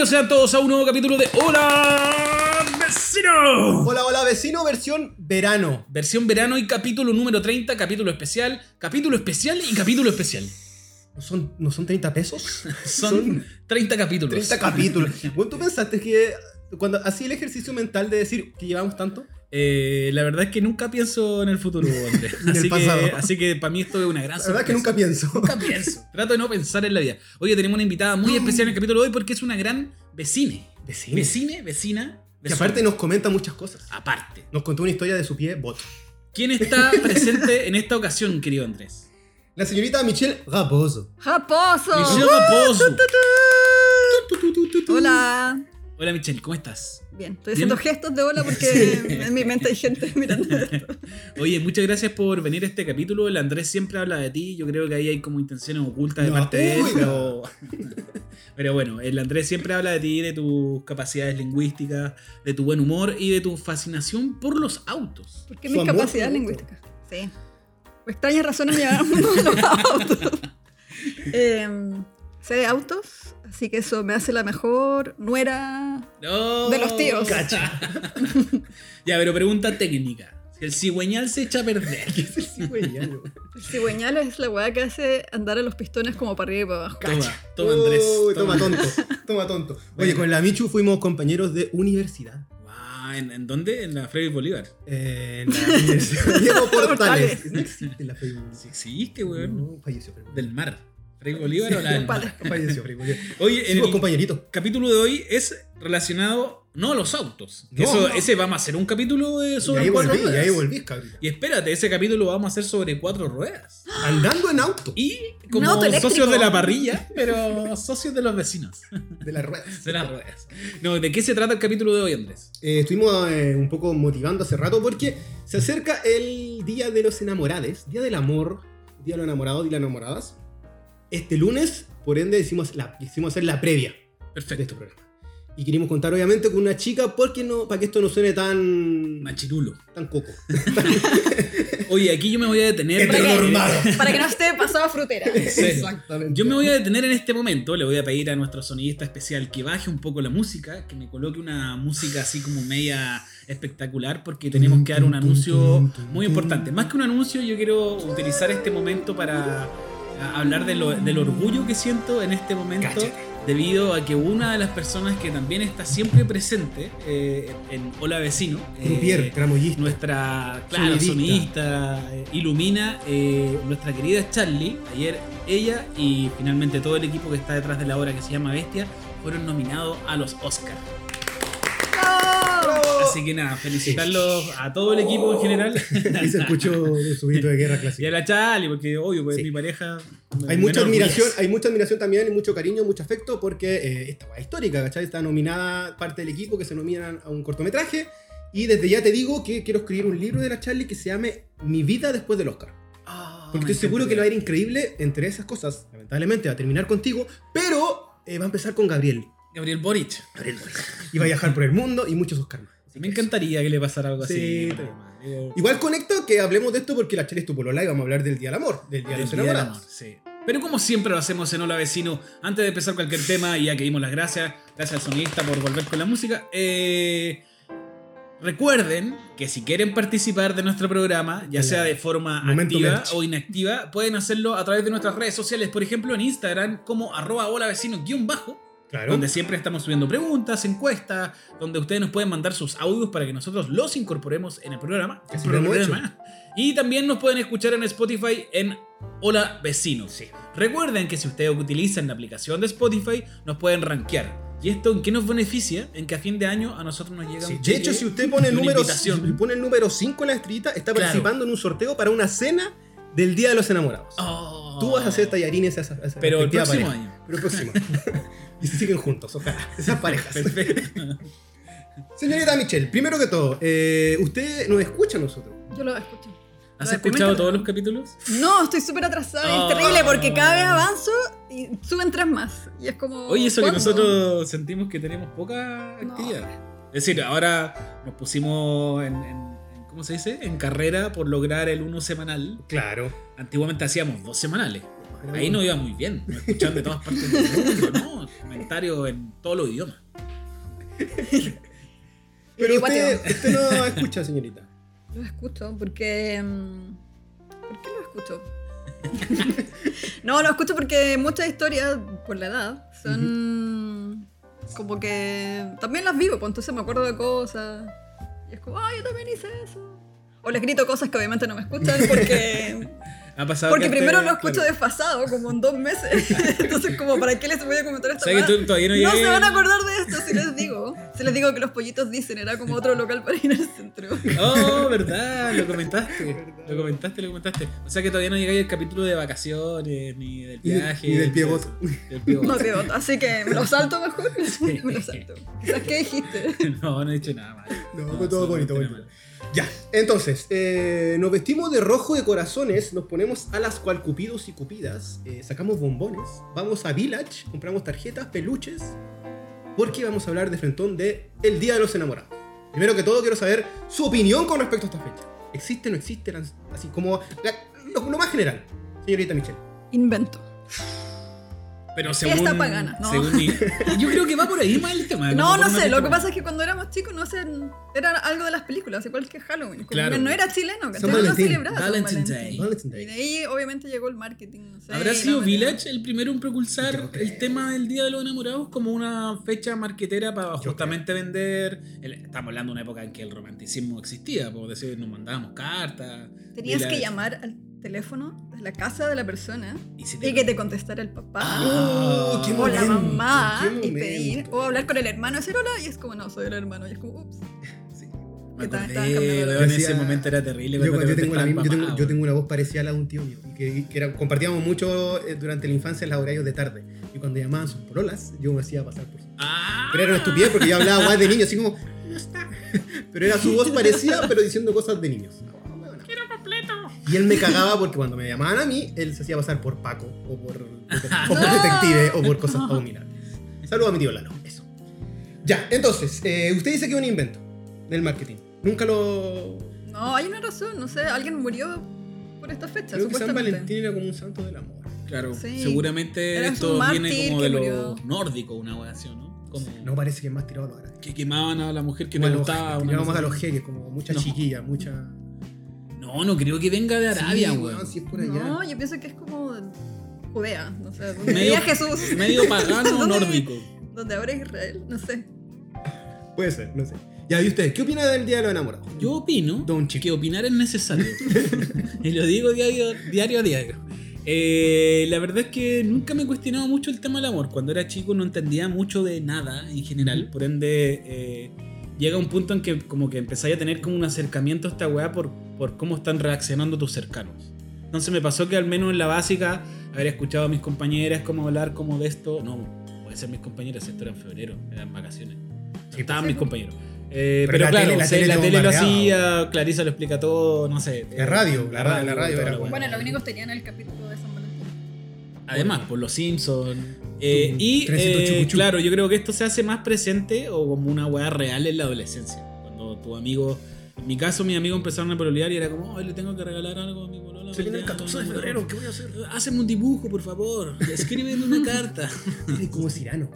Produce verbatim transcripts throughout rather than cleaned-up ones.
Bienvenidos sean todos a un nuevo capítulo de Hola Vecino. Hola, hola vecino, versión verano. Versión verano y capítulo número treinta, capítulo especial, capítulo especial y capítulo especial. ¿No son, ¿no son treinta pesos? Son, Son treinta capítulos. treinta capítulos. Bueno, ¿tú pensaste que cuando hacía el ejercicio mental de decir que llevamos tanto? Eh, la verdad es que nunca pienso en el futuro, Andrés. En el Así, pasado. que, así que para mí esto es una gran La verdad es que sorpresa. nunca pienso. Nunca pienso. Trato de no pensar en la vida. Oye, tenemos una invitada muy especial en el capítulo de hoy porque es una gran vecine. Vecine. Vecine, vecina. Que vecina. aparte nos comenta muchas cosas. Aparte. Nos contó una historia de su pie boto. ¿Quién está presente en esta ocasión, querido Andrés? La señorita Michelle Raposo. ¡Raposo! Michelle Raposo. Hola. Hola Michelle, ¿cómo estás? Bien, estoy haciendo Bien. gestos de hola porque en mi mente hay gente mirando esto. Oye, muchas gracias por venir a este capítulo. El Andrés siempre habla de ti. Yo creo que ahí hay como intenciones ocultas de No, parte de él. uy, Pero... pero bueno, el Andrés siempre habla de ti, de tus capacidades lingüísticas, de tu buen humor y de tu fascinación por los autos. Porque Su mis amor capacidades por lingüísticas. Sí. Por extrañas razones me llevaron al mundo de los autos. Eh, sé de autos, así que eso me hace la mejor nuera No. de los tíos. Cacha. Ya, pero pregunta técnica. Si el cigüeñal se echa a perder. ¿Qué es el cigüeñal? El cigüeñal es la weá que hace andar a los pistones como para arriba y para abajo. Toma, toma Andrés. Uy, toma tonto. Toma tonto. Oye, con la Michu fuimos compañeros de universidad. Guau, ¿en, ¿en dónde? En la Freddy Bolívar. Eh, en la Universidad Diego Portales. Portales. No existe la Freddy Sí existe, weón. No, falleció. Freddy Del mar. ¿Freddy Bolívar o la del Vale. mar? Falleció, Freddy Bolívar. Oye, en Hicimos el compañeritos. capítulo de hoy es relacionado no a los autos. No, Eso, no. Ese vamos a hacer un capítulo de Y sobre ahí cuatro volví, y ruedas. ahí volví, cabrón. Y espérate, ese capítulo vamos a hacer sobre cuatro ruedas. Andando en auto. Y Un como auto eléctrico. socios de la parrilla, pero socios de los vecinos. De las ruedas. De las ruedas. No, ¿de qué se trata el capítulo de hoy, Andrés? Eh, estuvimos eh, un poco motivando hace rato porque se acerca el Día de los Enamorados, Día del Amor, Día de los Enamorados, Día de las Enamoradas. Este lunes, por ende, hicimos, la, hicimos hacer la previa de Perfecto. este programa. Y queríamos contar obviamente con una chica porque no, para que esto no suene tan, Machirulo. tan coco. Oye, aquí yo me voy a detener. Para que, Heteronormado. para que no esté pasado a frutera. En serio. Exactamente. Yo me voy a detener en este momento, le voy a pedir a nuestro sonidista especial que baje un poco la música, que me coloque una música así como media espectacular, porque tenemos que dar un anuncio muy importante. Más que un anuncio, yo quiero utilizar este momento para hablar de lo- del orgullo que siento en este momento. Cáchate. Debido a que una de las personas que también está siempre presente eh, en Hola Vecino, eh, Croupier, tramoyista. nuestra claro, Sonidista. sonidista, eh, ilumina, eh, nuestra querida Charlie, ayer ella y finalmente todo el equipo que está detrás de la obra que se llama Bestia fueron nominados a los Oscars. Así que nada, felicitarlos a todo el equipo en general. Ahí se escuchó un subito de guerra Y clásica. a la Charlie, porque obvio, pues Sí. mi pareja. Hay me mucha enorgullece. admiración, hay mucha admiración también, y mucho cariño, mucho afecto, porque eh, esta va histórica, ¿cachai? Está nominada parte del equipo que se nominan a un cortometraje. Y desde ya te digo que quiero escribir un libro de la Charlie que se llame Mi vida después del Oscar. Ah, Porque me estoy seguro que encantaría. lo va a ir increíble entre esas cosas. Lamentablemente va a terminar contigo, pero eh, va a empezar con Gabriel. Gabriel Boric. Gabriel y va a viajar por el mundo y muchos Oscars más. Así Me que encantaría que le pasara algo Sí, así. está bien. Digo, igual conecto que hablemos de esto porque la Charlie es tu polola y vamos a hablar del Día del Amor, del Día de del los Día del Enamorados. Amor, sí. Pero como siempre lo hacemos en Hola Vecino, antes de empezar cualquier tema, y ya que dimos las gracias, gracias al sonidista por volver con la música, eh, recuerden que si quieren participar de nuestro programa, ya sea de forma Momento activa merch. o inactiva, pueden hacerlo a través de nuestras redes sociales, por ejemplo en Instagram como arroba hola vecino guión bajo, Claro. donde siempre estamos subiendo preguntas, encuestas, donde ustedes nos pueden mandar sus audios para que nosotros los incorporemos en el programa. Así lo hemos Programa. Y también nos pueden escuchar en Spotify en Hola Vecinos. Sí. Recuerden que si ustedes utilizan la aplicación de Spotify, nos pueden rankear. ¿Y esto en qué nos beneficia? En que a fin de año a nosotros nos llega Sí, un de cheque hecho, si usted pone el y una número, invitación. si pone el número cinco en la estrellita, está Claro. participando en un sorteo para una cena del Día de los Enamorados. Oh. Tú vas a hacer tallarines a esa, a esa Pero el respectiva próximo pareja. año. Pero el próximo. Y se siguen juntos, ojalá. Esas parejas. Perfecto. Señorita Michelle, primero que todo, eh, ¿usted nos escucha a nosotros? Yo lo escucho. ¿Has Lo escuchado comento. todos los capítulos? No, estoy súper atrasada. Oh. Es terrible porque cada vez avanzo y suben tres más. Y es como. Oye, eso que ¿cuándo? nosotros sentimos que tenemos poca No. actividad. Es decir, ahora nos pusimos en, en- en- ¿cómo se dice? En carrera por lograr el uno semanal. Claro. Antiguamente hacíamos dos semanales. Pero Ahí bueno. nos iba muy bien. Nos escuchan de todas partes del mundo, ¿no? Comentarios en todos los idiomas. Pero Y usted, guateo. usted no escucha, señorita. Lo escucho porque... mm, ¿Por qué lo escucho? No, lo escucho porque muchas historias, por la edad, son como que también las vivo, pues entonces me acuerdo de cosas. Y es como, ah, yo también hice eso. O les grito cosas que obviamente no me escuchan porque... Ha pasado Porque que primero te- lo escucho claro. desfasado, como en dos meses. Entonces, como, ¿para qué les voy a comentar O esta sea que weá? tú todavía no No llegué- se van a acordar de esto si les digo. Si les digo que los pollitos dicen, era como otro local para ir al centro. Oh, verdad, lo comentaste. Lo comentaste, lo comentaste. O sea que todavía no llegáis al capítulo de vacaciones, ni del Ni de- viaje. ni del de piegoto. eso. Del piegoto. No te voto, así que me lo salto mejor. Me lo salto. Quizás, ¿qué dijiste? No, no he hecho nada mal. No, fue todo bonito, absolutamente bonito. Ya, entonces, eh, nos vestimos de rojo de corazones, nos ponemos alas cual cupidos y cupidas, eh, sacamos bombones, vamos a Village, compramos tarjetas, peluches, porque vamos a hablar de frentón de El Día de los Enamorados. Primero que todo, quiero saber su opinión con respecto a esta fecha. ¿Existe o no existe? Así como la- lo, lo más general, señorita Michelle. Invento. Pero según, Fiesta pagana, ¿no? según mi- yo creo que va por ahí más el tema. No, como no por una sé, lo fiesta que pagana. pasa es que cuando éramos chicos, no sé, era algo de las películas, igual que Halloween. Como Claro. que no era chileno, que San no Valentín. celebraba San Valentine's Valentín. Day. Valentine's Y Day. de ahí obviamente llegó el marketing, no sé. ¿Habrá la sido manera- Village el primero en propulsar Yo creo. el tema del Día de los Enamorados como una fecha marquetera para justamente vender? el- estamos hablando de una época en que el romanticismo existía, por decir, nos mandábamos cartas. Tenías Village. que llamar al teléfono de la casa de la persona Y si y, te- que te contestara el papá. Ah, qué o la momento, mamá qué y pedir, momento. o hablar con el hermano y decir hola, y es como no, soy el hermano, y es como ups. Sí. Me que ta- acordé, estaban cambiando de weón, Decía- ese momento era terrible. Yo, cuando yo te tengo la contestaba misma- el yo tengo- papá, yo weón. tengo una voz parecida a la de un tío mío. Y que, que era- compartíamos mucho eh, durante la infancia en los horarios de tarde. Y cuando llamaban sus pololas, yo me hacía pasar por. Ah, Pero era una estupidez porque yo hablaba guay de niños, así como, no está. Pero era su voz parecida, pero diciendo cosas de niños. quiero completo. Y él me cagaba porque cuando me llamaban a mí, él se hacía pasar por Paco, o por, o por detective, o por cosas abominables. Saludos a mi tío Lalo, eso. Ya, entonces, eh, usted dice que es un invento del marketing. Nunca lo. No, hay una razón, no sé, alguien murió por esta fecha, Creo que San supuestamente. Valentín era como un santo del amor. Claro, Sí. seguramente Era esto un viene mártir como que de murió. los nórdicos, una wea así, ¿no? Como No parece que es más tirado a los árabes. que quemaban a la mujer que Como le a los- gustaba. una tiramos cosa a los así. jeques, como muchas No. chiquillas, muchas. No, no creo que venga de Arabia, Sí, weón. weón, si es por allá. No, yo pienso que es como Judea, no sé, donde Medio- vivía Jesús. Medio pagano o ¿Dónde- nórdico. Donde ahora es Israel, no sé. Puede ser, no sé. Ya, ¿y usted? ¿Qué opina del Día de los Enamorados? Yo opino Don Chico. que opinar es necesario. Y lo digo diario, diario a diario. Eh, la verdad es que nunca me he cuestionado mucho el tema del amor. Cuando era chico no entendía mucho de nada en general. Ujú. Por ende, eh, llega un punto en que como que empezáis a tener como un acercamiento a esta weá por, por cómo están reaccionando tus cercanos. Entonces me pasó que al menos en la básica, haber escuchado a mis compañeras como hablar como de esto. No, puede ser mis compañeras, esto era en febrero, eran vacaciones. Sí, Estaban pues. mis compañeros. Eh, Pero pero la claro, tele- la sí, tele la te tele lo bombardeaba, hacía, Clarisa lo explica todo, no sé. La radio, la ra- la radio toda era la como- weá. Bueno, los únicos tenían el capítulo de San Valentín. Además, por los Simpsons. Eh, Tu y trencito eh, chucuchú. claro, yo creo que esto se hace más presente o como una weá real en la adolescencia. Cuando tu amigo, en mi caso, mis amigos empezaron a pololear y era como, hoy le tengo que regalar algo a mi polola. Se viene el Ya, catorce de no, no, febrero, no. ¿qué voy a hacer? Hazme un dibujo, por favor. Escríbeme una carta. Ay, como Cirano.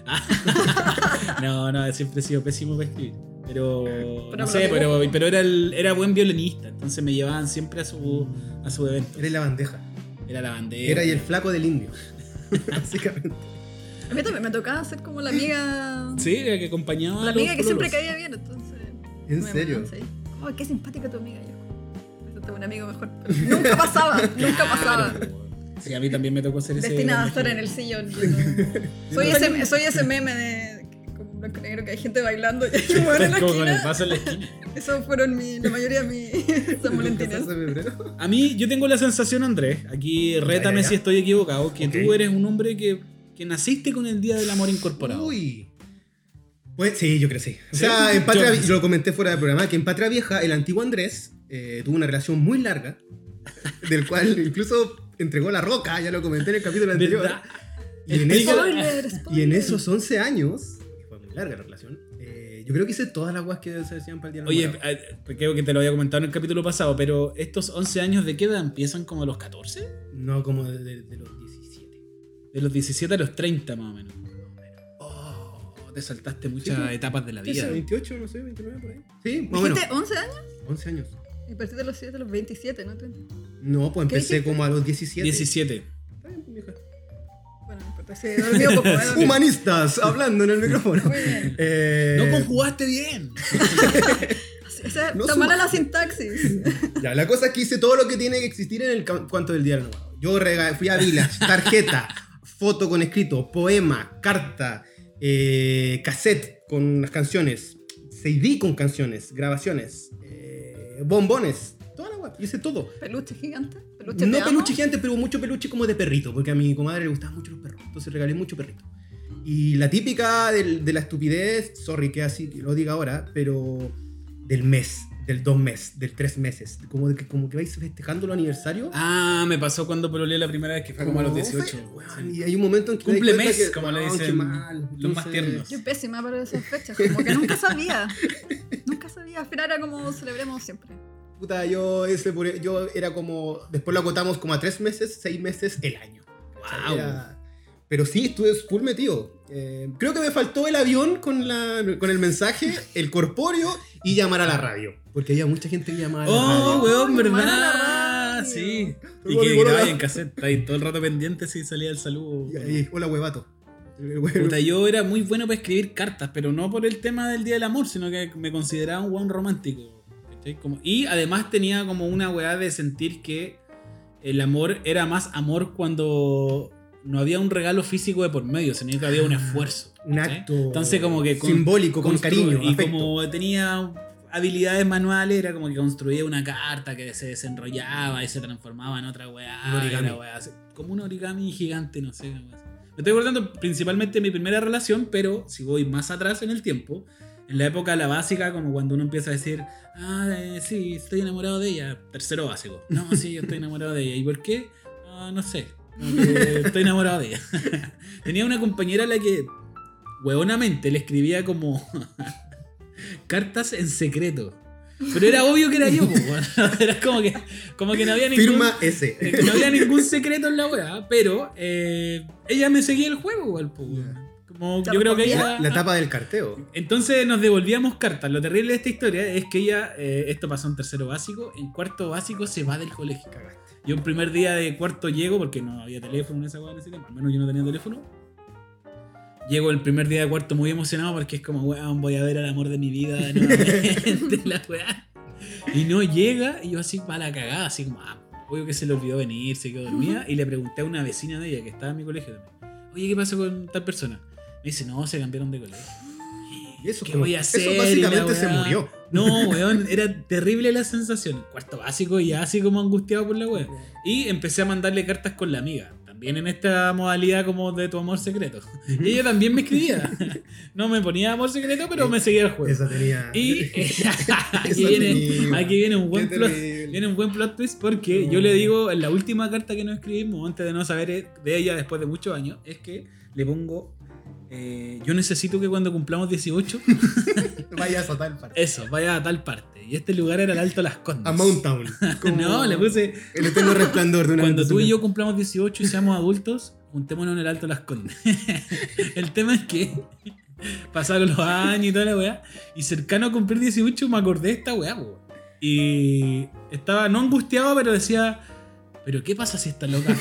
No, no, siempre he sido pésimo para escribir. Pero, Pero no lo sé, dibujo. pero, pero era, el, era buen violinista. Entonces me llevaban siempre a su, a su evento. Eres la bandeja. Era la bandera. Era y el flaco del indio. Básicamente. A mí también me tocaba ser como la amiga. Sí, era que acompañaba La a los amiga que siempre pololos. caía bien, entonces. ¿En me serio? mandaban ahí. Oh, qué simpática tu amiga. Yo, tengo un amigo mejor. Pero nunca pasaba, nunca pasaba. Claro. Sí, a mí también me tocó hacer ese. Destinada a estar en el sillón. yo no- Soy ese, soy ese meme de como blanco y negro que hay gente bailando y hay un hueón en la Como con el esquina. vaso en la esquina. Esos fueron mi, la mayoría de mis San Valentines. catorce de febrero. A mí, yo tengo la sensación, Andrés, aquí rétame Ya, ya, ya. si estoy equivocado, que Ok. tú eres un hombre que, que naciste con el Día del Amor incorporado. Uy. Pues sí, yo creo que sí. O ¿Sí? sea, en Patria, Yo- yo lo comenté fuera del programa, que en Patria Vieja, el antiguo Andrés eh, tuvo una relación muy larga, del cual incluso entregó la roca, ya lo comenté en el capítulo anterior. ¿Verdad? Y en, Explica- eso- Spoiler, y spoiler. en esos once años, que fue muy larga la relación, eh, yo creo que hice todas las guas que se decían para el día del Oye, enamorado. eh, creo que te lo había comentado en el capítulo pasado, pero estos once años de qué edad empiezan como a los catorce? No, como de, de, de los diecisiete. De los diecisiete a los treinta más o menos. Oh, te saltaste muchas Sí, etapas de la vida. veintiocho, no sé, veintinueve por ahí. Sí, más o menos. ¿Dijiste once años? once años. Y partiste de los siete a los veintisiete, ¿no? No, pues ¿Qué empecé dijiste? como a los diecisiete. diecisiete. Está bien, pues, mija. Bueno, no importa, sí, dormido poco. he dormido. Humanistas, hablando en el micrófono. Muy bien. Eh, No conjugaste bien. O sea, No está suma. mala la sintaxis. Ya, la cosa es que hice todo lo que tiene que existir en el ca- cuanto del día del enamorado. Yo rega- fui a Village, tarjeta, foto con escrito, poema, carta, eh, cassette con las canciones, C D con canciones, grabaciones, eh, bombones, toda la web. Hice todo. Peluche gigante. Peluche No te amo. peluche gigante, pero mucho peluche como de perrito, porque a mi comadre le gustaban mucho los perros. Entonces regalé mucho perrito. Y la típica del- de la estupidez, sorry que así que lo diga ahora, pero del mes, del dos meses, del tres meses. Como, de que, como que vais festejando el aniversario. Ah, me pasó cuando pololeé la primera vez que fue como a los dieciocho. Fue, weón, y hay un momento en que te Cumple das cuenta mes, que, como le weón, dicen qué mal. los más Entonces, tiernos. Yo pésima para esas fechas, como que nunca sabía. Nunca sabía. Al final era como celebremos siempre. Puta, yo, ese, por- yo era como. Después lo acotamos como a tres meses, seis meses, el año. O sea, Wow. era- pero sí, estuve full metido. Eh, creo que me faltó el avión con, la, con el mensaje, el corpóreo y llamar a la radio. Porque había mucha gente que llamaba a la Oh, radio. weón, Ay, hermano, ¿verdad? la radio. Sí. Y Pero que bueno, grababa la- en cassette. Está ahí todo el rato pendiente si salía el saludo. Y ahí, hola, huevato. El hue- Puta, yo era muy bueno para escribir cartas, pero no por el tema del Día del Amor, sino que me consideraba un weón romántico. ¿Cachai? Como- y además tenía como una weá de sentir que el amor era más amor cuando no había un regalo físico de por medio, sino que había un esfuerzo. Un ¿cachai? acto Entonces como que con- simbólico, con constru- cariño, Y afecto. como tenía habilidades manuales, era como que construía una carta que se desenrollaba y se transformaba en otra weá. Un origami. y la weá así, como un origami gigante, no sé. Una weá así. Me estoy acordando principalmente de mi primera relación, pero si voy más atrás en el tiempo, en la época la básica, como cuando uno empieza a decir, ah, eh, sí, estoy enamorado de ella, tercero básico. No, sí, yo estoy enamorado de ella. ¿Y por qué? Ah, no sé. Como que estoy enamorado de ella. Tenía una compañera a la que, huevonamente, le escribía como cartas en secreto. Pero era obvio que era yo, po, weón. Era como que, como que no había ningún, Firma ese. eh, no había ningún secreto en la weá, pero eh, ella me seguía el juego, igual, po, weón. Como, ¿Te yo creo que respondía? ella. La etapa del carteo. Entonces nos devolvíamos cartas. Lo terrible de esta historia es que ella, eh, esto pasó en tercero básico, en cuarto básico se va del colegio. Yo un primer día de cuarto llego, porque no había teléfono en esa weá en ese tiempo, al menos yo no tenía teléfono. Llego el primer día de cuarto muy emocionado porque es como, weón, voy a ver al amor de mi vida nuevamente, la weá. Y no llega, y yo así para la cagada, así como, ah, obvio que se le olvidó venir, se quedó dormida. Y le pregunté a una vecina de ella que estaba en mi colegio también, oye, ¿qué pasó con tal persona? Me dice, no, se cambiaron de colegio. Y eso, ¿Qué como- voy a hacer? eso Y la básicamente se weá. murió. No, weón, era terrible la sensación. Cuarto básico y ya así como angustiado por la weá. Y empecé a mandarle cartas con la amiga. También en esta modalidad como de tu amor secreto. Y ella también me escribía. No me ponía amor secreto, pero me seguía el juego. Esa tenía. Y eh, aquí, Esa viene, tenía. aquí viene un buen Qué plot, terrible. viene un buen plot twist porque yo le digo en la última carta que nos escribimos antes de no saber de ella después de muchos años, es que le pongo eh, yo necesito que cuando cumplamos dieciocho Vayas a tal parte. eso, vaya a tal parte. Y este lugar era el Alto Las Condes. A Mount Town. Como No, le puse El eterno resplandor de una cuando tú y mente yo cumplamos dieciocho y seamos adultos, juntémonos en el Alto Las Condes. El tema es que pasaron los años y toda la weá. Y cercano a cumplir dieciocho me acordé de esta weá, po. Y estaba no angustiado, pero decía, ¿pero qué pasa si está loca?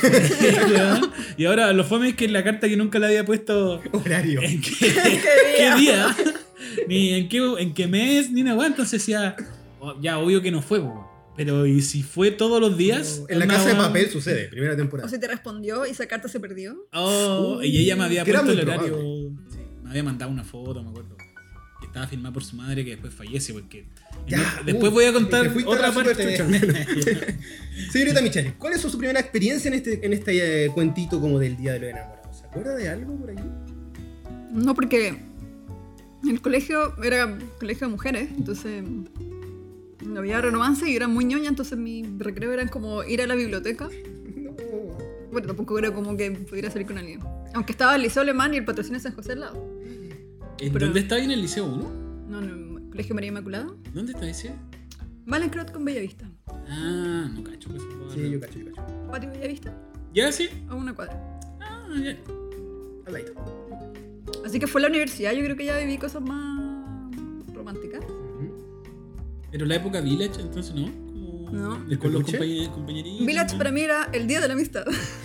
Y ahora lo fome es que en la carta que nunca le había puesto horario. en qué, qué día, ni en qué, en qué mes, ni nada, weá. Entonces decía, oh, ya, obvio que no fue, po. Pero ¿y si fue todos los días? En la Onda, casa de weá. papel sucede, primera O temporada. si te respondió y esa carta se perdió. Oh, y ella me había que era puesto el muy horario. probable. Sí, me había mandado una foto, me acuerdo. Que estaba filmada por su madre que después fallece. Porque. Ya, después uh, voy a contar te fuiste a otra la parte. superchucha. Señorita Michelle, ¿cuál es su primera experiencia en este, en este eh, cuentito como del Día de los Enamorados? ¿Se acuerda de algo por ahí? No, porque el colegio era colegio de mujeres, entonces no había romance y yo era muy ñoña, entonces mi recreo era como ir a la biblioteca. No. Bueno, tampoco era como que pudiera salir con alguien. Aunque estaba el Liceo Alemán y el patrocinio de San José al lado. ¿En Pero- dónde está ahí en el Liceo uno? No, no, el Colegio María Inmaculada. ¿Dónde está ese? Malencrot con Bellavista. Ah, no cacho. Pues, Sí, yo cacho, yo cacho. patio de Bellavista, ¿Ya sí? a una cuadra. Ah, ya. Al ladito. Así que fue a la universidad, yo creo que ya viví cosas más románticas. Ujú. Pero la época Village, entonces, ¿no? Como No. de con los ¿Peluche? compañe- compañeritos. Village para mí era el día de la amistad.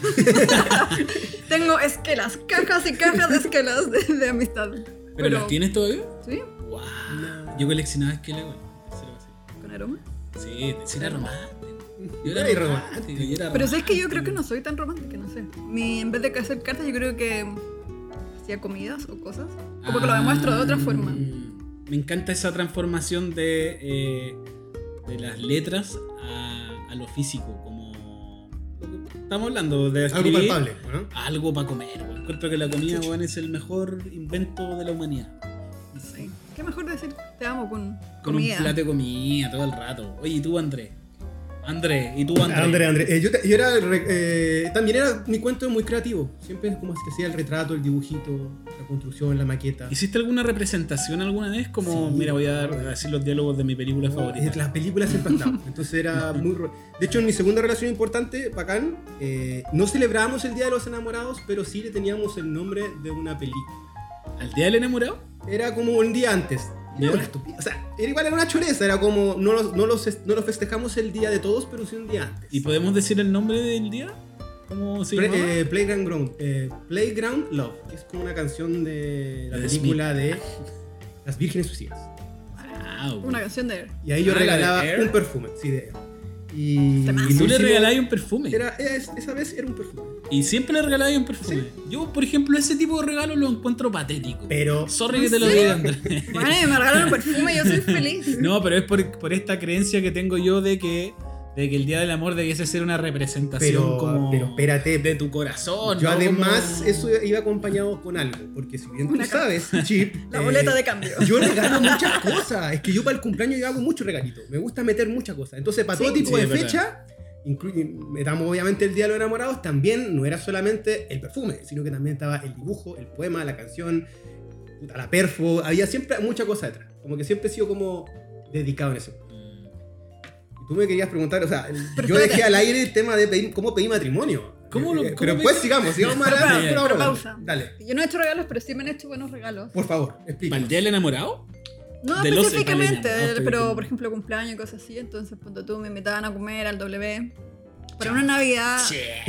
Tengo esquelas, cajas y cajas de esquelas de, de amistad. ¿Pero las tienes todavía? ¿Sí? Wow. No. Yo coleccionaba esquelas, güey. Tercero básico. ¿Con aroma? Sí, sí era romántico. Yo Era era romántico. romántico. yo era Pero sabes que yo creo que romántico. no soy tan romántica, no sé. Mi, en vez de hacer cartas, yo creo que hacía comidas o cosas. Como que lo demuestro de otra Ah, forma. Me encanta esa transformación de, eh, de las letras a, a lo físico, como lo que estamos hablando de Algo escribir palpable, ¿no? algo para comer. güey. Encuentro que la comida güey, es el mejor invento de la humanidad. Sí. ¿Qué mejor decir te amo con, Con comida? un plato de comida todo el rato. Oye, ¿y tú, Andrés? Andrés, ¿y tú, Andrés? André, André. Eh, yo, te- yo era. re- eh, también era. Mi cuento muy creativo. Siempre es como que hacía el retrato, el dibujito, la construcción, la maqueta. ¿Hiciste alguna representación alguna vez? Como, Sí. mira, voy a, dar, a decir los diálogos de mi película No, favorita. eh, Las películas siempre han estado. Entonces era muy. ro- De hecho, en mi segunda relación importante, bacán, eh, no celebrábamos el Día de los Enamorados, pero sí le teníamos el nombre de una película. ¿Al día del enamorado? Era como un día antes. ¿Ya? Era una estupidez. O sea, era igual, era una choreza. Era como. No los, no, los, no los festejamos el día de todos, pero sí un día antes. ¿Y podemos decir el nombre del día? ¿Cómo se Pre- llama? eh, Playground, Ground, eh, Playground Love, que es como una canción de la De película de Las Vírgenes Suicidas. Wow. Una canción de... Y ahí yo Ah, ¿la de regalaba Air? un perfume, sí, de Air. Y, Temazo. Y tú le Lucy regalabas un perfume. Era, es- esa vez era un perfume. Y siempre le regalabas un perfume. Yo, por ejemplo, ese tipo de regalo lo encuentro patético. Pero. Sorry que te lo diga, Andrés. Bueno, y me regalaron un perfume y yo soy feliz. No, pero es por, por esta creencia que tengo yo de que, de que el Día del Amor debiese ser una representación Pero, como pero espérate. de tu corazón. Yo ¿no? además Como- eso iba acompañado con algo. Porque si bien tú Una sabes, Chip. La eh, boleta de cambio. Yo regalo muchas cosas. Es que yo para el cumpleaños yo hago mucho regalito. Me gusta meter muchas cosas. Entonces, para todo Sí. tipo Sí, de es verdad. fecha, inclu- metamos obviamente el Día de los Enamorados, también no era solamente el perfume, sino que también estaba el dibujo, el poema, la canción, puta, la perfo. Había siempre mucha cosa detrás. Como que siempre he sido como dedicado en eso. Y tú me querías preguntar, o sea, Pero yo espérate. dejé al aire el tema de pedir, cómo pedí matrimonio. ¿Cómo lo- Eh, cómo pero pedí- después sigamos, sigamos más Pero, adelante. pero, Pero ahora, pausa. Dale, Yo no he hecho regalos, pero sí me han hecho buenos regalos. por favor, ¿Para explica. el Día del Enamorado? No de los específicamente, italianos, pero ok. por ejemplo cumpleaños y cosas así. Entonces, punto tú, me invitaban a comer al W. Para una Navidad.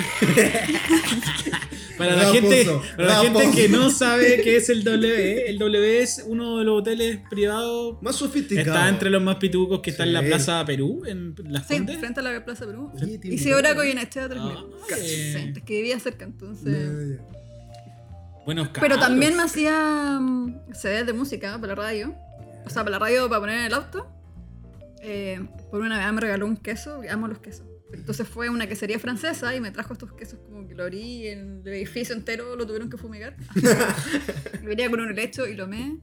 Para la gente, Raposo, para la gente raposo. que no sabe qué es el W, el W es uno de los hoteles privados. Más sofisticado. Está entre los más pitucos que está en la Sí. Plaza Perú, en Las Sí, Condes. frente a la Plaza Perú. Oye, tiene- Y si ahora con Echea tres mil. Ah, Sí, eh. es que vivía cerca, entonces. No, ya. Buenos Pero cabros. también me hacía mm, C Ds de música para la radio. O sea, para la radio para poner en el auto. Eh, por una vez me regaló un queso, amo los quesos. Entonces fue una quesería francesa y me trajo estos quesos como que lo abrí y el edificio entero lo tuvieron que fumigar. Y venía con un helecho y lo me.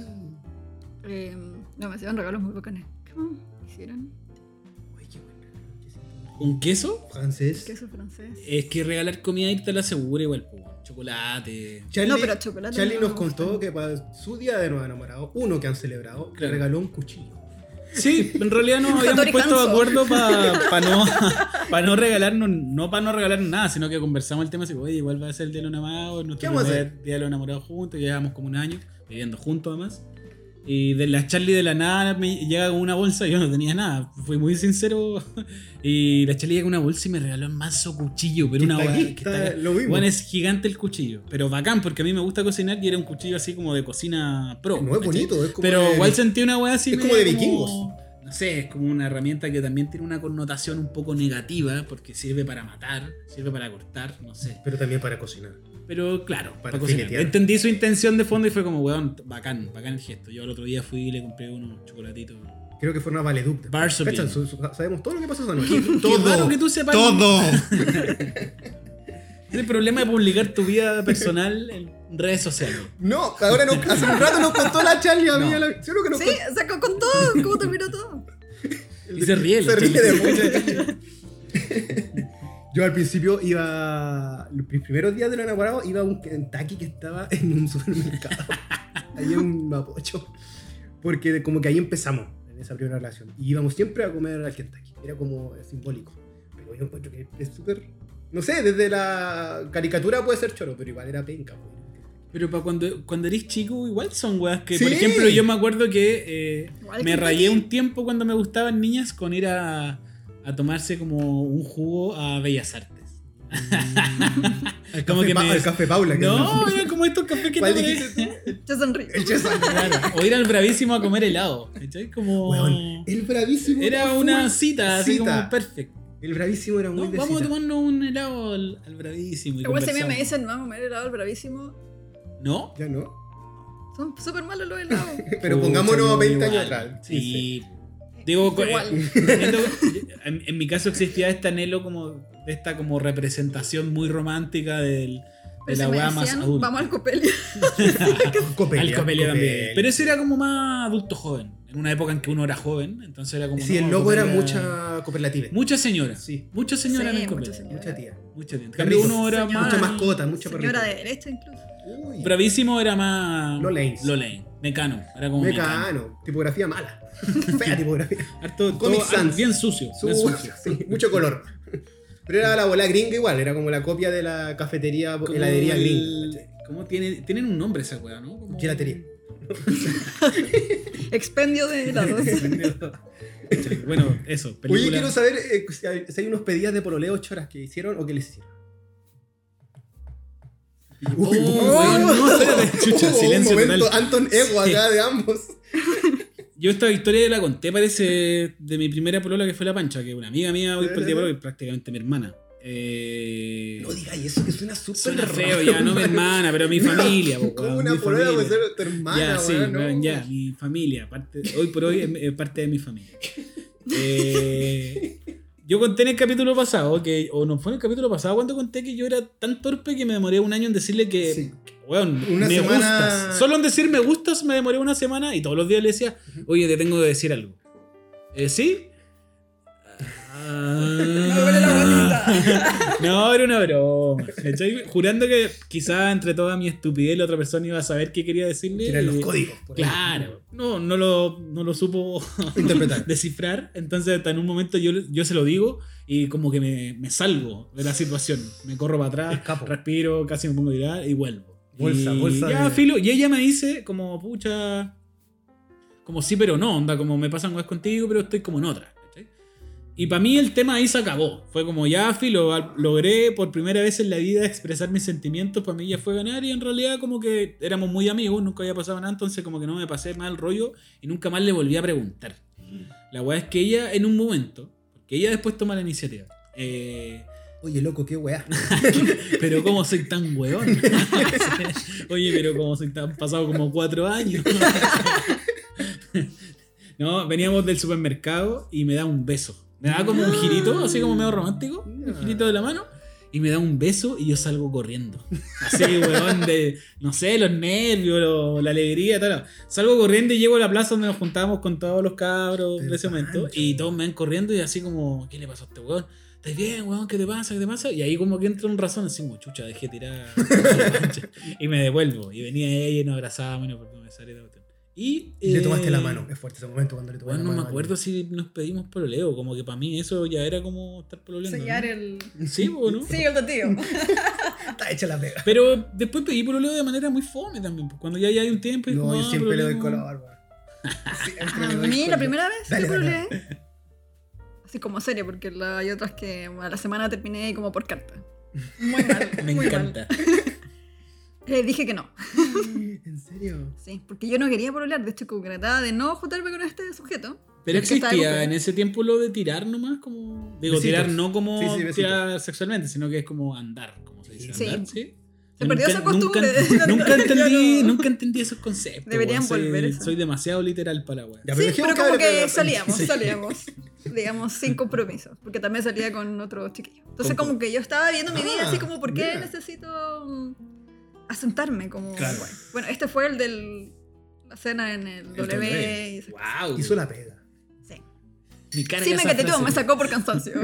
Eh, no, me hacían regalos muy bacanes. ¿Qué más hicieron? Uy, qué buen regalo, qué siento. ¿Un queso? Francés. Queso francés. Es que regalar comida y te la asegura igual, po. Chocolate. Charlie, No, pero chocolate Charlie no nos me contó gusta. que para su día de nuevo enamorado, uno que han celebrado, le Claro. regaló un cuchillo. Sí, en realidad nos habíamos Hattori puesto de Hanzo. acuerdo para no, pa no regalarnos, no para no regalarnos nada, sino que conversamos el tema así, oye, igual va a ser el día de los enamorados, nuestro ¿Qué vamos a primer día de los enamorados juntos, llevamos como un año viviendo juntos además. Y de la Charlie de la nada me llega con una bolsa, yo no tenía nada, fui muy sincero. Y la Charlie llega con una bolsa y me regaló un mazo cuchillo, pero Que una está weá aquí, que está está acá. lo mismo. Bueno, es gigante el cuchillo, pero bacán porque a mí me gusta cocinar y era un cuchillo así como de cocina pro. No es ¿cachai? bonito, es como Pero de- igual sentí una weá así es como media de vikingos. No sé, es como una herramienta que también tiene una connotación un poco negativa porque sirve para matar, sirve para cortar, no sé. Pero también para cocinar. Pero claro, Para para, cocinar. filetear. Entendí su intención de fondo y fue como, weón, bacán, bacán el gesto. Yo el otro día fui y le compré unos chocolatitos. Creo que fue una Valeduc. Barsopin. ¿Cachan? Su- su- Sabemos todo lo que pasó esa noche. Qué raro que tú sepas. Todo. Es el problema de publicar tu vida personal en redes sociales. No, ahora no, hace un rato nos contó la Charlie a mí. No. a la- ¿Seguro que nos Sí, contó? o sea, con, con todo, ¿cómo terminó todo? Y se ríe. Se la ríe Charlie. de mucho. Yo al principio iba. Los primeros días de los enamorados iba a un Kentucky que estaba en un supermercado. Ahí en Mapocho. Porque como que ahí empezamos en esa primera relación. Y íbamos siempre a comer al Kentucky. Era como simbólico. Pero yo encuentro que es súper No sé, desde la caricatura puede ser choro, pero igual era penca. Po. Pero para cuando, cuando eres chico, igual son weas que, Sí. por ejemplo, yo me acuerdo que eh, Igual me que rayé aquí. un tiempo cuando me gustaban niñas con ir a, a tomarse como un jugo a Bellas Artes. El Como café, que Pa- me- el café Paula. Que No, era como estos cafés que ¿Cuál te dijiste tú? Yo sonrío. El Chesal. Claro. O ir al Bravísimo a comer helado. ¿Cachai? Como. Weón, el bravísimo. Era full una cita, así cita. como perfecto. El bravísimo era muy No, de vamos a cita. tomarnos un helado al, al Bravísimo. Y Igual si a mí me conversamos. dicen, vamos a comer helado al bravísimo, ¿No? Ya no. son súper malos los helados. Pero Pucha, pongámonos no, veinte igual. años atrás. Sí. Digo, co- Igual. eh, teniendo- en, en mi caso existía este anhelo como de esta como representación muy romántica del, de Pero la si me weá más decían, adulta. vamos al Copelia. Copelia, Al Copelia también. Copelia. Pero ese era como más adulto joven. En una época en que uno era joven. Entonces era como. Sí, no, el logo era Copelia- mucha cooperativa. Muchas señoras. Sí. Muchas señoras Sí, en el muchas Copelia. señoras. Mucha tía. Mucha tía. En Qué cambio, rico. uno era Señora. más. Mucha mascota, mucha Señora perrita. de derecha incluso. Uy. Bravísimo era más. Lolanes. Lolanes. Mecano. Era como mecano. Mecano. Tipografía mala. Fea tipografía. Harto, Comic todo- Sans. bien sucio. Bien Su- sucio. sí, mucho color. Pero era la bola gringa igual, era como la copia de la cafetería, Como heladería el- gringa. ¿cachai? ¿Cómo tiene, tienen un nombre esa weá, no? Como- Gelatería. Expendio de helados. Bueno, eso. Película. Oye, quiero saber eh, si hay si hay unos pedidos de pololeo choras que hicieron o que les hicieron. Oh, Uy, weón, no, espérate, chucha, hubo silencio un momento total. Anton Ego acá de ambos. Yo esta historia la conté, parece, de mi primera polola que fue la Pancha, que es una amiga mía hoy por el día por hoy, prácticamente mi hermana. Eh, No digáis eso, que suena súper suena raro, feo ya, no mi man. hermana, pero mi familia. po, Como weón, una mi polola puede familia. ser tu hermana, Ya, sí, weón, ¿no? weón, ya, mi familia, parte, hoy por hoy es, es parte de mi familia. Eh, yo conté en el capítulo pasado, que, o no fue en el capítulo pasado, cuando conté que yo era tan torpe que me demoré un año en decirle que, Sí. que, weón, Una me semana- gustas. Solo en decir me gustas me demoré una semana y todos los días le decía, oye, te tengo que decir algo. Eh, ¿Sí? Me duele la Ah, no, era una broma. ¿Cachai? Jurando que quizá entre toda mi estupidez la otra persona iba a saber qué quería decirle. Tienen los y- códigos. por ahí. Claro, no, no, lo, no lo supo Interpretar. descifrar. Entonces, hasta en un momento yo, yo se lo digo y como que me, me salgo de la situación. Me corro para atrás, Escapo. respiro, casi me pongo a llorar y vuelvo. Bolsa, y bolsa Ya, de- filo. Y ella me dice, como, pucha. Como sí, pero no, onda, como me pasan cosas contigo, pero estoy como en otra. ¿cachai? Y para mí el tema ahí se acabó. Fue como ya, filo, al- logré por primera vez en la vida expresar mis sentimientos. Para mí ya fue ganar y en realidad como que éramos muy amigos, nunca había pasado nada, entonces como que no me pasé mal rollo y nunca más le volví a preguntar. La weá es que ella en un momento, porque ella después toma la iniciativa. Eh, Oye, loco, qué weá. pero cómo soy tan weón. Oye, pero cómo soy tan pasado como cuatro años. No, veníamos del supermercado y me da un beso. Me da como un girito, así como medio romántico, un girito de la mano, y me da un beso y yo salgo corriendo. Así, weón, de, no sé, los nervios, lo- la alegría, tal. Salgo corriendo y llego a la plaza donde nos juntábamos con todos los cabros Pero de ese momento, Pancho. y todos me ven corriendo y así como, ¿qué le pasó a este weón? ¿Estás bien, weón? ¿Qué te pasa? ¿Qué te pasa? Y ahí como que entra un razón, así como, chucha, dejé tirar la pancha. Y me devuelvo. Y venía ella y nos abrazábamos y nos portamos a besar y todo. Y, Y le tomaste eh, la mano. Es fuerte ese momento cuando le tomaste Bueno, la no mano. me acuerdo si nos pedimos pololeo. Como que para mí eso ya era como estar pololeando. Sellar ¿no? el. Sí, ¿o no? Sí, el tío. Está hecha la pega. Pero después pedí pololeo de manera muy fome también. pues, Cuando ya, ya hay un tiempo. y No, como, yo ah, siempre le doy pololeo. color, weón. Siempre le A doy mí la color. primera vez Dale, que dale. pololeé, así como serie, porque la- hay otras que a la semana terminé como por carta. Muy mal. Me muy encanta. mal. Le dije que no. ¿En serio? Sí, porque yo no quería pololear. De hecho, como que trataba de no juntarme con este sujeto. Pero porque estaba existía como- en ese tiempo lo de tirar nomás, como. Digo, Besitos. tirar no como Sí, sí, besitos. tirar sexualmente, sino que es como andar, como se dice. Sí. Andar, ¿sí? Se perdió esa costumbre Nunca, de andar, nunca ya entendí, no. nunca entendí esos conceptos. Deberían weón. soy, volver eso. soy demasiado literal para la weá. Ya, Sí, dejemos pero como hable, que pero- salíamos, Sí. salíamos. Digamos, sin compromisos. Porque también salía con otros chiquillos. Entonces, Con- como que yo estaba viendo mi Ah, vida así como, ¿por qué mira. necesito mm, asentarme? Como, Claro. bueno. Bueno, este fue el de la cena en el, El W. W. y ese- Wow. Hizo la pega. Sí. Mi carga Sí, me esa engatetó, frase. me sacó por cansancio.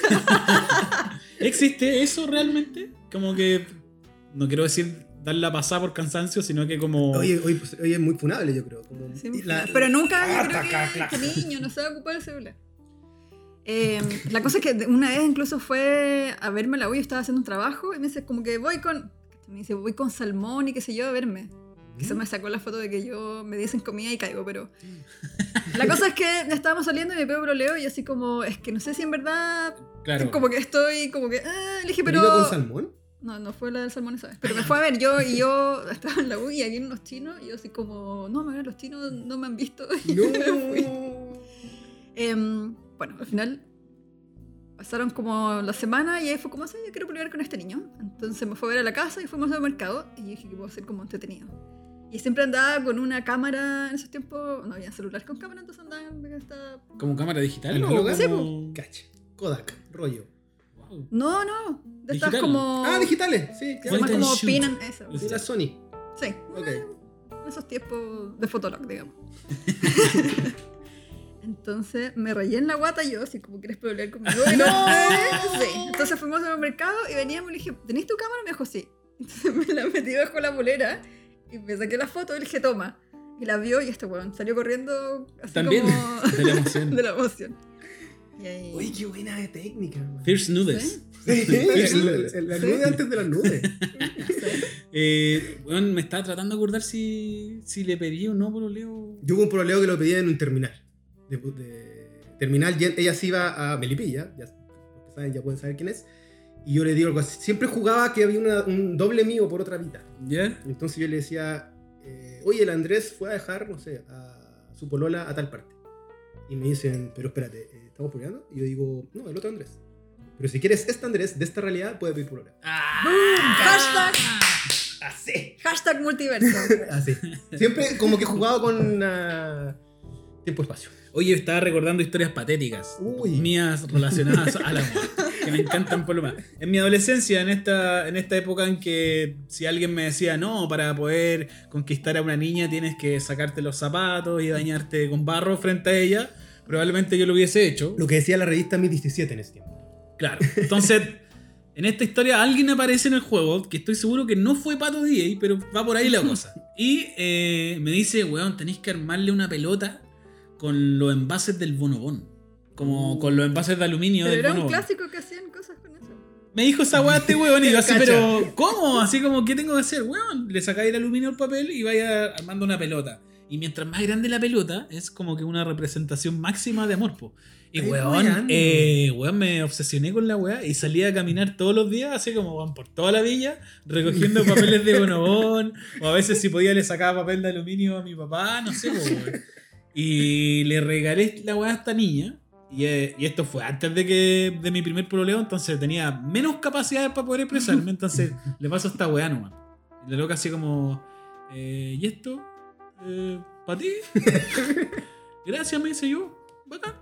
¿Existe eso realmente? Como que. No quiero decir dar la pasada por cansancio, sino que como. Oye, hoy, pues, hoy es muy funable, yo creo. Como Sí, la- pero nunca yo Ah, creo taca, que clac. este niño no se va a ocupar el celular. Eh, la cosa es que una vez incluso fue a verme a la U, yo estaba haciendo un trabajo y me dice como que voy con, me dice voy con salmón y qué sé yo a verme. Que se me sacó la foto de que yo me dicen comida y caigo, pero la cosa es que estábamos saliendo y me pego broleo y así como, es que no sé si en verdad, Claro. como que estoy, como que, ah, le dije, pero... ¿Iba con salmón? No, no fue la del salmón esa vez, pero me fue a ver yo y yo estaba en la U y había unos chinos y yo así como, no, me los chinos no me han visto. Y No. me fui. Eh, bueno, al final pasaron como la semana y ahí fue como, sí, yo quiero pelear con este niño. Entonces me fue a ver a la casa y fuimos al mercado y dije que puedo hacer como entretenido. Y siempre andaba con una cámara, en esos tiempos no había celulares con cámara, entonces andaba en esta... ¿Como cámara digital? ¿Análoga? ¿O Sí, como- Cacha. Kodak, rollo. Wow. No, no, de estas Digital. como... Ah, digitales, sí. Se llama Point and como shoot. pin and... Eso. De la Sony. Sí, Ok. en esos tiempos de Fotolog, digamos. Entonces me rayé en la guata y yo, así como, ¿quieres pelear conmigo? Y no, sí. Entonces fuimos al mercado y veníamos y le dije, ¿tenés tu cámara? Y me dijo, sí. Entonces me la metí bajo la polera y me saqué la foto y le dije, toma. Y la vio y este weón salió corriendo así También, como... de la emoción. de la emoción. Y ahí... Uy, qué buena de técnica, man. Fierce Nudes. Sí, Fierce la, Nudes. la- la Sí. nude antes de las nubes. Eh, bueno, me estaba tratando de acordar si, si le pedí o no por Leo. Yo hubo un problema que lo pedía en un terminal. De, de terminal, ya- ella se iba a Melipilla, ya, porque saben, ya pueden saber quién es. Y yo le digo algo así. Siempre jugaba que había una- un doble mío por otra vida. ¿Ya? Entonces yo le decía, eh, oye, el Andrés fue a dejar, no sé, a su polola a tal parte. Y me dicen, pero espérate, eh, ¿estamos pololeando? Y yo digo, no, el otro Andrés. Pero si quieres este Andrés de esta realidad, puede pedir polola. Hashtag, Así. hashtag multiverso. Así. Siempre como que jugaba con uh, tiempo-espacio. Oye, estaba recordando historias patéticas Uy. mías relacionadas al amor, que me encantan por lo más. En mi adolescencia, en esta, en esta época en que si alguien me decía, no, para poder conquistar a una niña tienes que sacarte los zapatos y bañarte con barro frente a ella, probablemente yo lo hubiese hecho. Lo que decía la revista Mi diecisiete en ese tiempo. Claro. Entonces, en esta historia alguien aparece en el juego, que estoy seguro que no fue Pato D J, pero va por ahí la cosa. Y eh, me dice, weón, tenéis que armarle una pelota con los envases del bonobón. Como con los envases de aluminio Pero del era un bonobón. clásico que hacían cosas con eso. Me dijo esa weá este weón y yo así, Cacha. pero ¿cómo? Así como, ¿qué tengo que hacer? Weón, le sacáis el aluminio al papel y vaya armando una pelota. Y mientras más grande la pelota, es como que una representación máxima de amor, po. Y Ay, weón, weando. eh, weón, me obsesioné con la weá y salía a caminar todos los días, así como weón, por toda la villa, recogiendo papeles de bonobón. O a veces, si podía, le sacaba papel de aluminio a mi papá, no sé, po, weón. Y le regalé la weá a esta niña. Y, eh, y esto fue antes de que de mi primer pololeo, entonces tenía menos capacidades para poder expresarme. Entonces le paso esta weá nomás. Y la loca así como, eh, ¿y esto? Eh, ¿Para ti? Gracias, me dice yo. Bacán.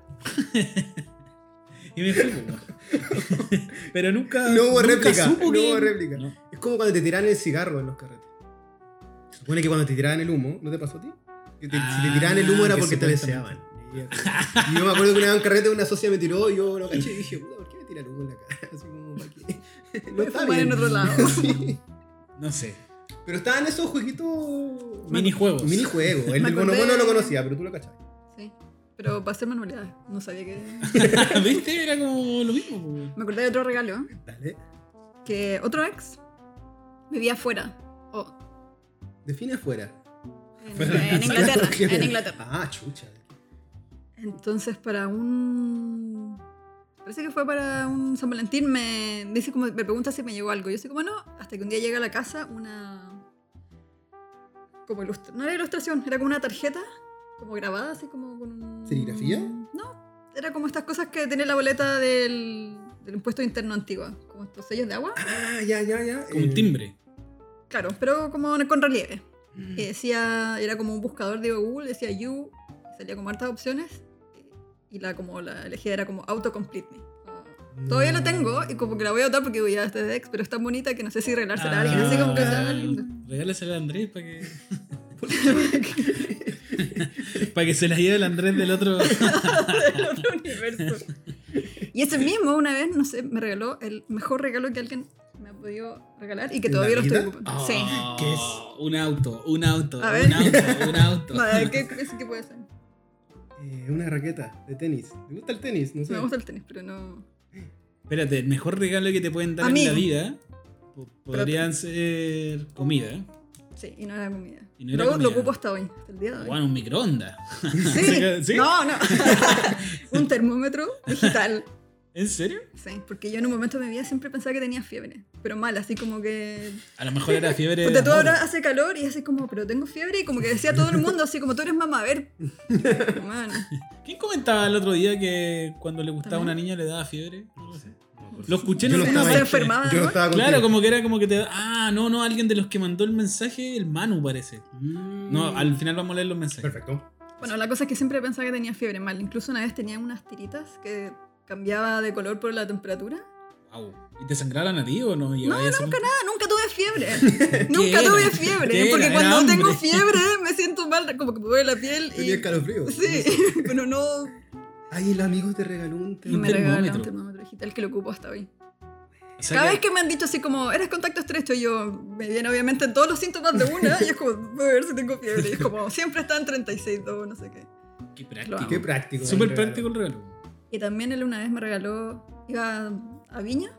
Y me fui, po. Pero nunca. No hubo nunca réplica, supo no que- hubo réplica. No. Es como cuando te tiran el cigarro en los carretes. Se supone que cuando te tiraban el humo, ¿no te pasó a ti? Que te- Ah, si te tiraban el humo era que porque te supuestamente. deseaban. Y yo me acuerdo que una vez en un carrete una socia me tiró y yo lo caché y dije, puta, ¿por qué me tira el humo en la cara? Así como, ¿para qué? No Voy a está fumar bien. en otro lado. Sí. No sé. Pero estaban esos jueguitos... Minijuegos. Minijuegos. El Me del acordé- bonobo no lo conocía, pero tú lo cachabas. Sí. Pero para hacer manualidades. No sabía que... ¿Viste? Era como lo mismo, po. Me acordé de otro regalo. Dale. Que otro ex vivía afuera. Oh, Define afuera. en, en Inglaterra. En Inglaterra. Ah, chucha. Entonces para un... Parece que fue para un San Valentín. Me dice como, me pregunta si me llegó algo. Yo soy como no. Hasta que un día llega a la casa una... Como ilustra... No era ilustración. Era como una tarjeta. Como grabada así como con un... ¿Serigrafía? No. Era como estas cosas que tenía la boleta del, del impuesto interno antigua. Como estos sellos de agua. Ah, ya, ya, ya. Como un Eh, timbre. Claro, pero como con relieve. Y decía, era como un buscador de Google, decía you, salía como hartas opciones. Y la como la elegida era como autocomplete me. Ah, todavía lo tengo y como que la voy a botar porque voy a este de ex, pero es tan bonita que no sé si regalársela a alguien, así como que está lindo. Regálasela a Andrés para que. para que se la lleve el Andrés del otro. Del otro universo. Y ese mismo, una vez, no sé, me regaló el mejor regalo que alguien me ha podido regalar y que ¿En todavía la lo estoy vida? ocupando. Sí. Oh, ¿Qué es? Un auto, un auto, A ver. un auto, un auto. Madre, ¿qué crees que puede ser? Eh, una raqueta de tenis. Me gusta el tenis, no sé. Me gusta el tenis, pero no... Espérate, el mejor regalo que te pueden dar A en mí. la vida po- podrían ser comida. ¿eh? Sí, y no era comida. Y no era lo, comida. lo ocupo hasta hoy, hasta el día de hoy. Bueno, un microondas. Sí. ¿Sí? No, no. Un termómetro digital. ¿En serio? Sí, porque yo en un momento de mi vida siempre pensaba que tenía fiebre. Pero mal, así como que... A lo mejor era fiebre. Porque de todo amor. ahora hace calor y así como, pero tengo fiebre. Y como que decía todo el mundo, así como tú eres mamá, a ver. Man. ¿Quién comentaba el otro día que cuando le gustaba a ¿También? una niña le daba fiebre? No sé. Lo escuché en Yo no alguna estaba Se ahí. parte. enfermaba, Yo no ¿no? estaba contigo. Claro, como que era como que te... Ah, no, no, alguien de los que mandó el mensaje, el Manu parece. Mm. No, al final vamos a leer los mensajes. Perfecto. Bueno, la cosa es que siempre pensaba que tenía fiebre mal. Incluso una vez tenía unas tiritas que cambiaba de color por la temperatura. Wow. ¿Y te sangraba la nariz o no? No, Llevabas nunca ese- nada, nunca tuve fiebre. Nunca era? tuve ¿Qué fiebre. era? Porque Era cuando hambre. tengo fiebre me siento mal, como que me duele la piel. Tenía Y... escalofrío. Sí, pero no. Ay, el amigo te regaló un Y termómetro. me regaló un termómetro. termómetro digital que lo ocupo hasta hoy. O sea Cada que- vez que me han dicho así como, eres contacto estrecho, yo me vienen obviamente todos los síntomas de una y es como, voy a ver si tengo fiebre. Y es como, siempre está en treinta y seis, dos, no sé qué. Qué Lo práctico. amo. Qué práctico. Súper el regalo. práctico el regalo. Y también él una vez me regaló, iba a Viña,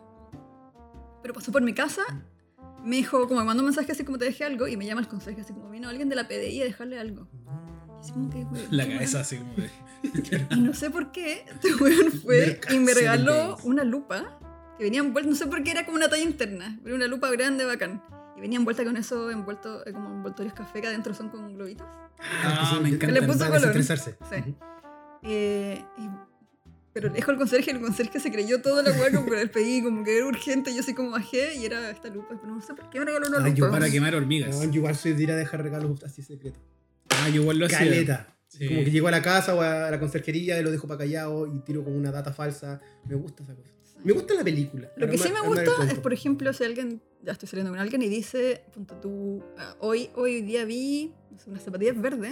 pero pasó por mi casa, me dijo, como me mandó un mensaje así como te dejé algo, y me llama el consejo, así como vino alguien de la P D I a dejarle algo. Y así como que, güey, La qué cabeza weón. así como de... Y no sé por qué, este weón fue y me Mercado regaló Days. una lupa que venía envuelta, no sé por qué era como una talla interna, pero una lupa grande, bacán. Y venía envuelta con eso, envuelto, eh, como envoltorios café que adentro son con globitos. Ah, que me sí, encanta. Le puso para color. desestresarse. Sí. Eh, y- pero le dijo al conserje, el conserje se creyó toda la hueá como que el pedí, como que era urgente, yo así como bajé y era esta lupa, pero no sé por qué me regaló una Ay, lupa. yo Para quemar hormigas. No, yo igual soy de ir a dejar regalos así secretos. Ah, yo igual lo hacía. Caleta. Sí. Como que llego a la casa o a la conserjería y lo dejo para callado y tiro como una data falsa. Me gusta esa cosa. Me gusta la película. Lo que sí me Armar- armar el gusta es, cuento. por ejemplo, si alguien, ya estoy saliendo con alguien y dice, punto tú, ah, hoy, hoy día vi no sé, unas zapatillas verdes,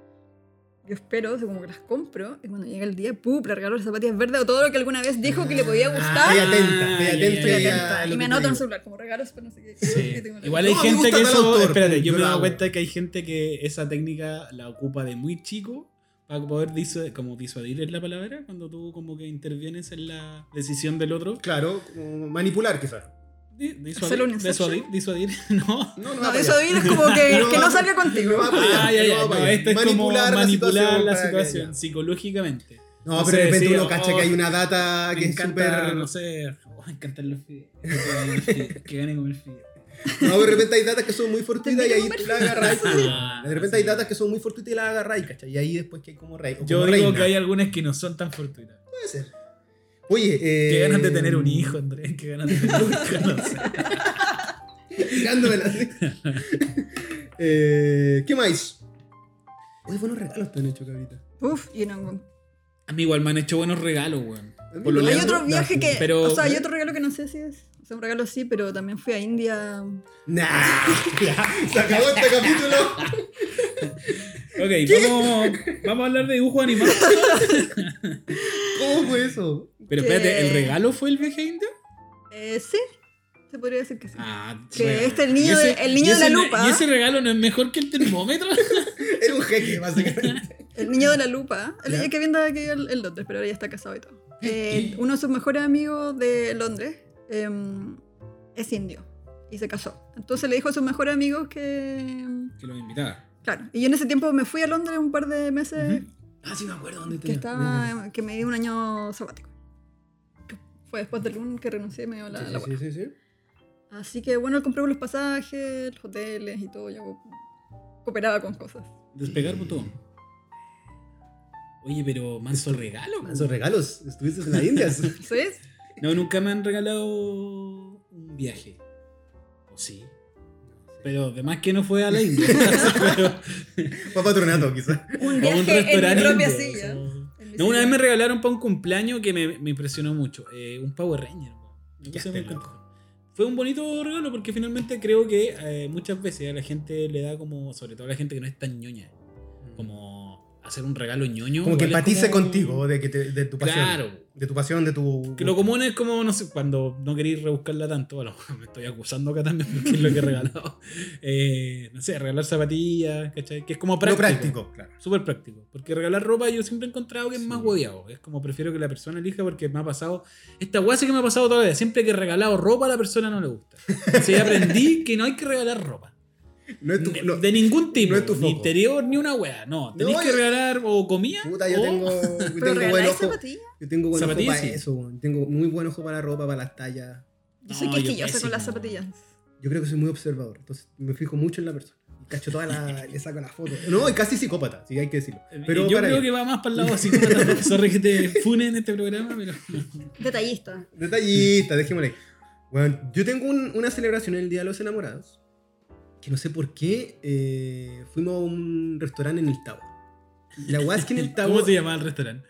yo espero, o sea, como que las compro, y cuando llega el día, ¡pum!, le regalo las zapatillas verdes o todo lo que alguna vez dijo que le podía Ah, gustar. estoy atenta, Ah, estoy ya, atenta. ya, Estoy ya, ya atenta, a lo y que me te anoto en digo. el celular, como regalos, pero no sé qué. Sí. que tengo la- Igual hay No, me gente gusta que tal eso... autor, espérate, yo yo me he lo dado hago. cuenta que hay gente que esa técnica la ocupa de muy chico para poder disu- como disuadir es la palabra, cuando tú como que intervienes en la decisión del otro. Claro, como manipular quizás. Di- ¿Hacerle Disuadir, un Inception? disuadir, disuadir, no. No, No, eso de ir es como que, que no salga contigo. Ah, ya, ya, no, esto es como Manipular la manipular situación la para que- situación ya. psicológicamente. No, No pero de sé, repente sí, uno oh, cacha que hay una data Me que es encanta, súper. no sé, oh, me encantan los fideos. Que gane el fideo, que gane con el fideo. No, de repente hay datas que son muy fortuitas y ahí tú la agarras. Ah, De repente sí. hay datas que son muy fortuitas y las agarras, ¿cachai? Y ahí después que hay como rey. o Yo como digo reina. que hay algunas que no son tan fortuitas. Puede ser. Oye, eh. Qué ganas de tener un hijo, Andrés. Qué ganas de tener un hijo, no sé. Tirándomela así. eh, ¿Qué más? Oye, buenos regalos te han hecho, cabrita. Uf, y no. A mí igual me han hecho buenos regalos, weón. A mí Por lo no. Hay leandro, otro viaje que. pero- o sea, hay otro regalo que no sé si es. O sea, un regalo sí, pero también fui a India. Nah, ya, se acabó este capítulo. Ok, vamos, vamos a hablar de dibujos animados. ¿Cómo fue eso? Pero ¿Qué? espérate, ¿el regalo fue el viaje a India? Eh, sí, se podría decir que sí. Ah, Que bueno. este, el niño Y de- el niño y de la ese- lupa. ¿Y ese regalo no es mejor que el termómetro? Era un jeque, básicamente. El niño de la lupa. El Ya. niño que viene de aquí en en Londres, pero ahora ya está casado y todo. Eh, uno de sus mejores amigos de Londres em, es indio y se casó. Entonces le dijo a sus mejores amigos que. Que lo invitaba. Claro. Y yo en ese tiempo me fui a Londres un par de meses. Ujú. Ah, sí, me acuerdo dónde Que estaba. Que me di un año sabático. Que fue después del lunes que renuncié y me dio la, la Sí, buena. sí, sí, sí. Así que bueno, compramos los pasajes, los hoteles y todo. Yo cooperaba con cosas. Despegar botón. Oye, pero manso regalo. po. Esos regalos, estuviste en la India. ¿Sabes? No, nunca me han regalado un viaje. ¿O sí? Pero además que no fue a la India. Pero- Fue patronato, quizás. Un o un viaje en mi restaurante propia indio, silla. o sea. En mi No, una vez silla. me regalaron para un cumpleaños que me, me impresionó mucho. Eh, un Power Ranger. po. Me Ya puse muy esté contento. Fue un bonito regalo porque finalmente creo que eh, muchas veces a la gente le da como, sobre todo a la gente que no es tan ñoña, como hacer un regalo ñoño. Como que igual es empatice como- contigo, de, que te- de tu pasión. Claro. De tu pasión, de tu... Que lo común es como, no sé, cuando no queréis rebuscarla tanto, bueno, me estoy acusando acá también porque es lo que he regalado. Eh, no sé, regalar zapatillas, ¿cachai? Que es como Lo práctico. práctico, claro. Súper práctico. Porque regalar ropa yo siempre he encontrado que es Sí. más hueveado. Es como prefiero que la persona elija porque me ha pasado. Esta hueá sí que me ha pasado toda la vida. Siempre que he regalado ropa a la persona no le gusta. Entonces aprendí que no hay que regalar ropa. No es tu... Ni- no. de ningún tipo. no es tu Ni foco. interior ni una hueá. No. Tenéis No, que yo- regalar o comida. Puta, yo o- tengo, yo Pero tengo buen regaláis ojo. zapatillas. Yo tengo buen ojo Zapatillas, para sí. eso, weón. Tengo muy buen ojo para la ropa, para las tallas. Yo soy No, yo quisquillosa pésimo. con las zapatillas. Yo creo que soy muy observador, entonces me fijo mucho en la persona. Y cacho toda la... le saco la foto. No, y casi psicópata, sí, hay que decirlo. Pero yo para creo bien. que va más para el lado así. Sorry que te fune en este programa, pero. Detallista. Detallista, dejémosle ahí. Bueno, yo tengo un- una celebración el Día de los Enamorados. Que no sé por qué eh, fuimos a un restaurante en el Tabo. La weá es que en el Tabo. ¿Cómo se llamaba el restaurante?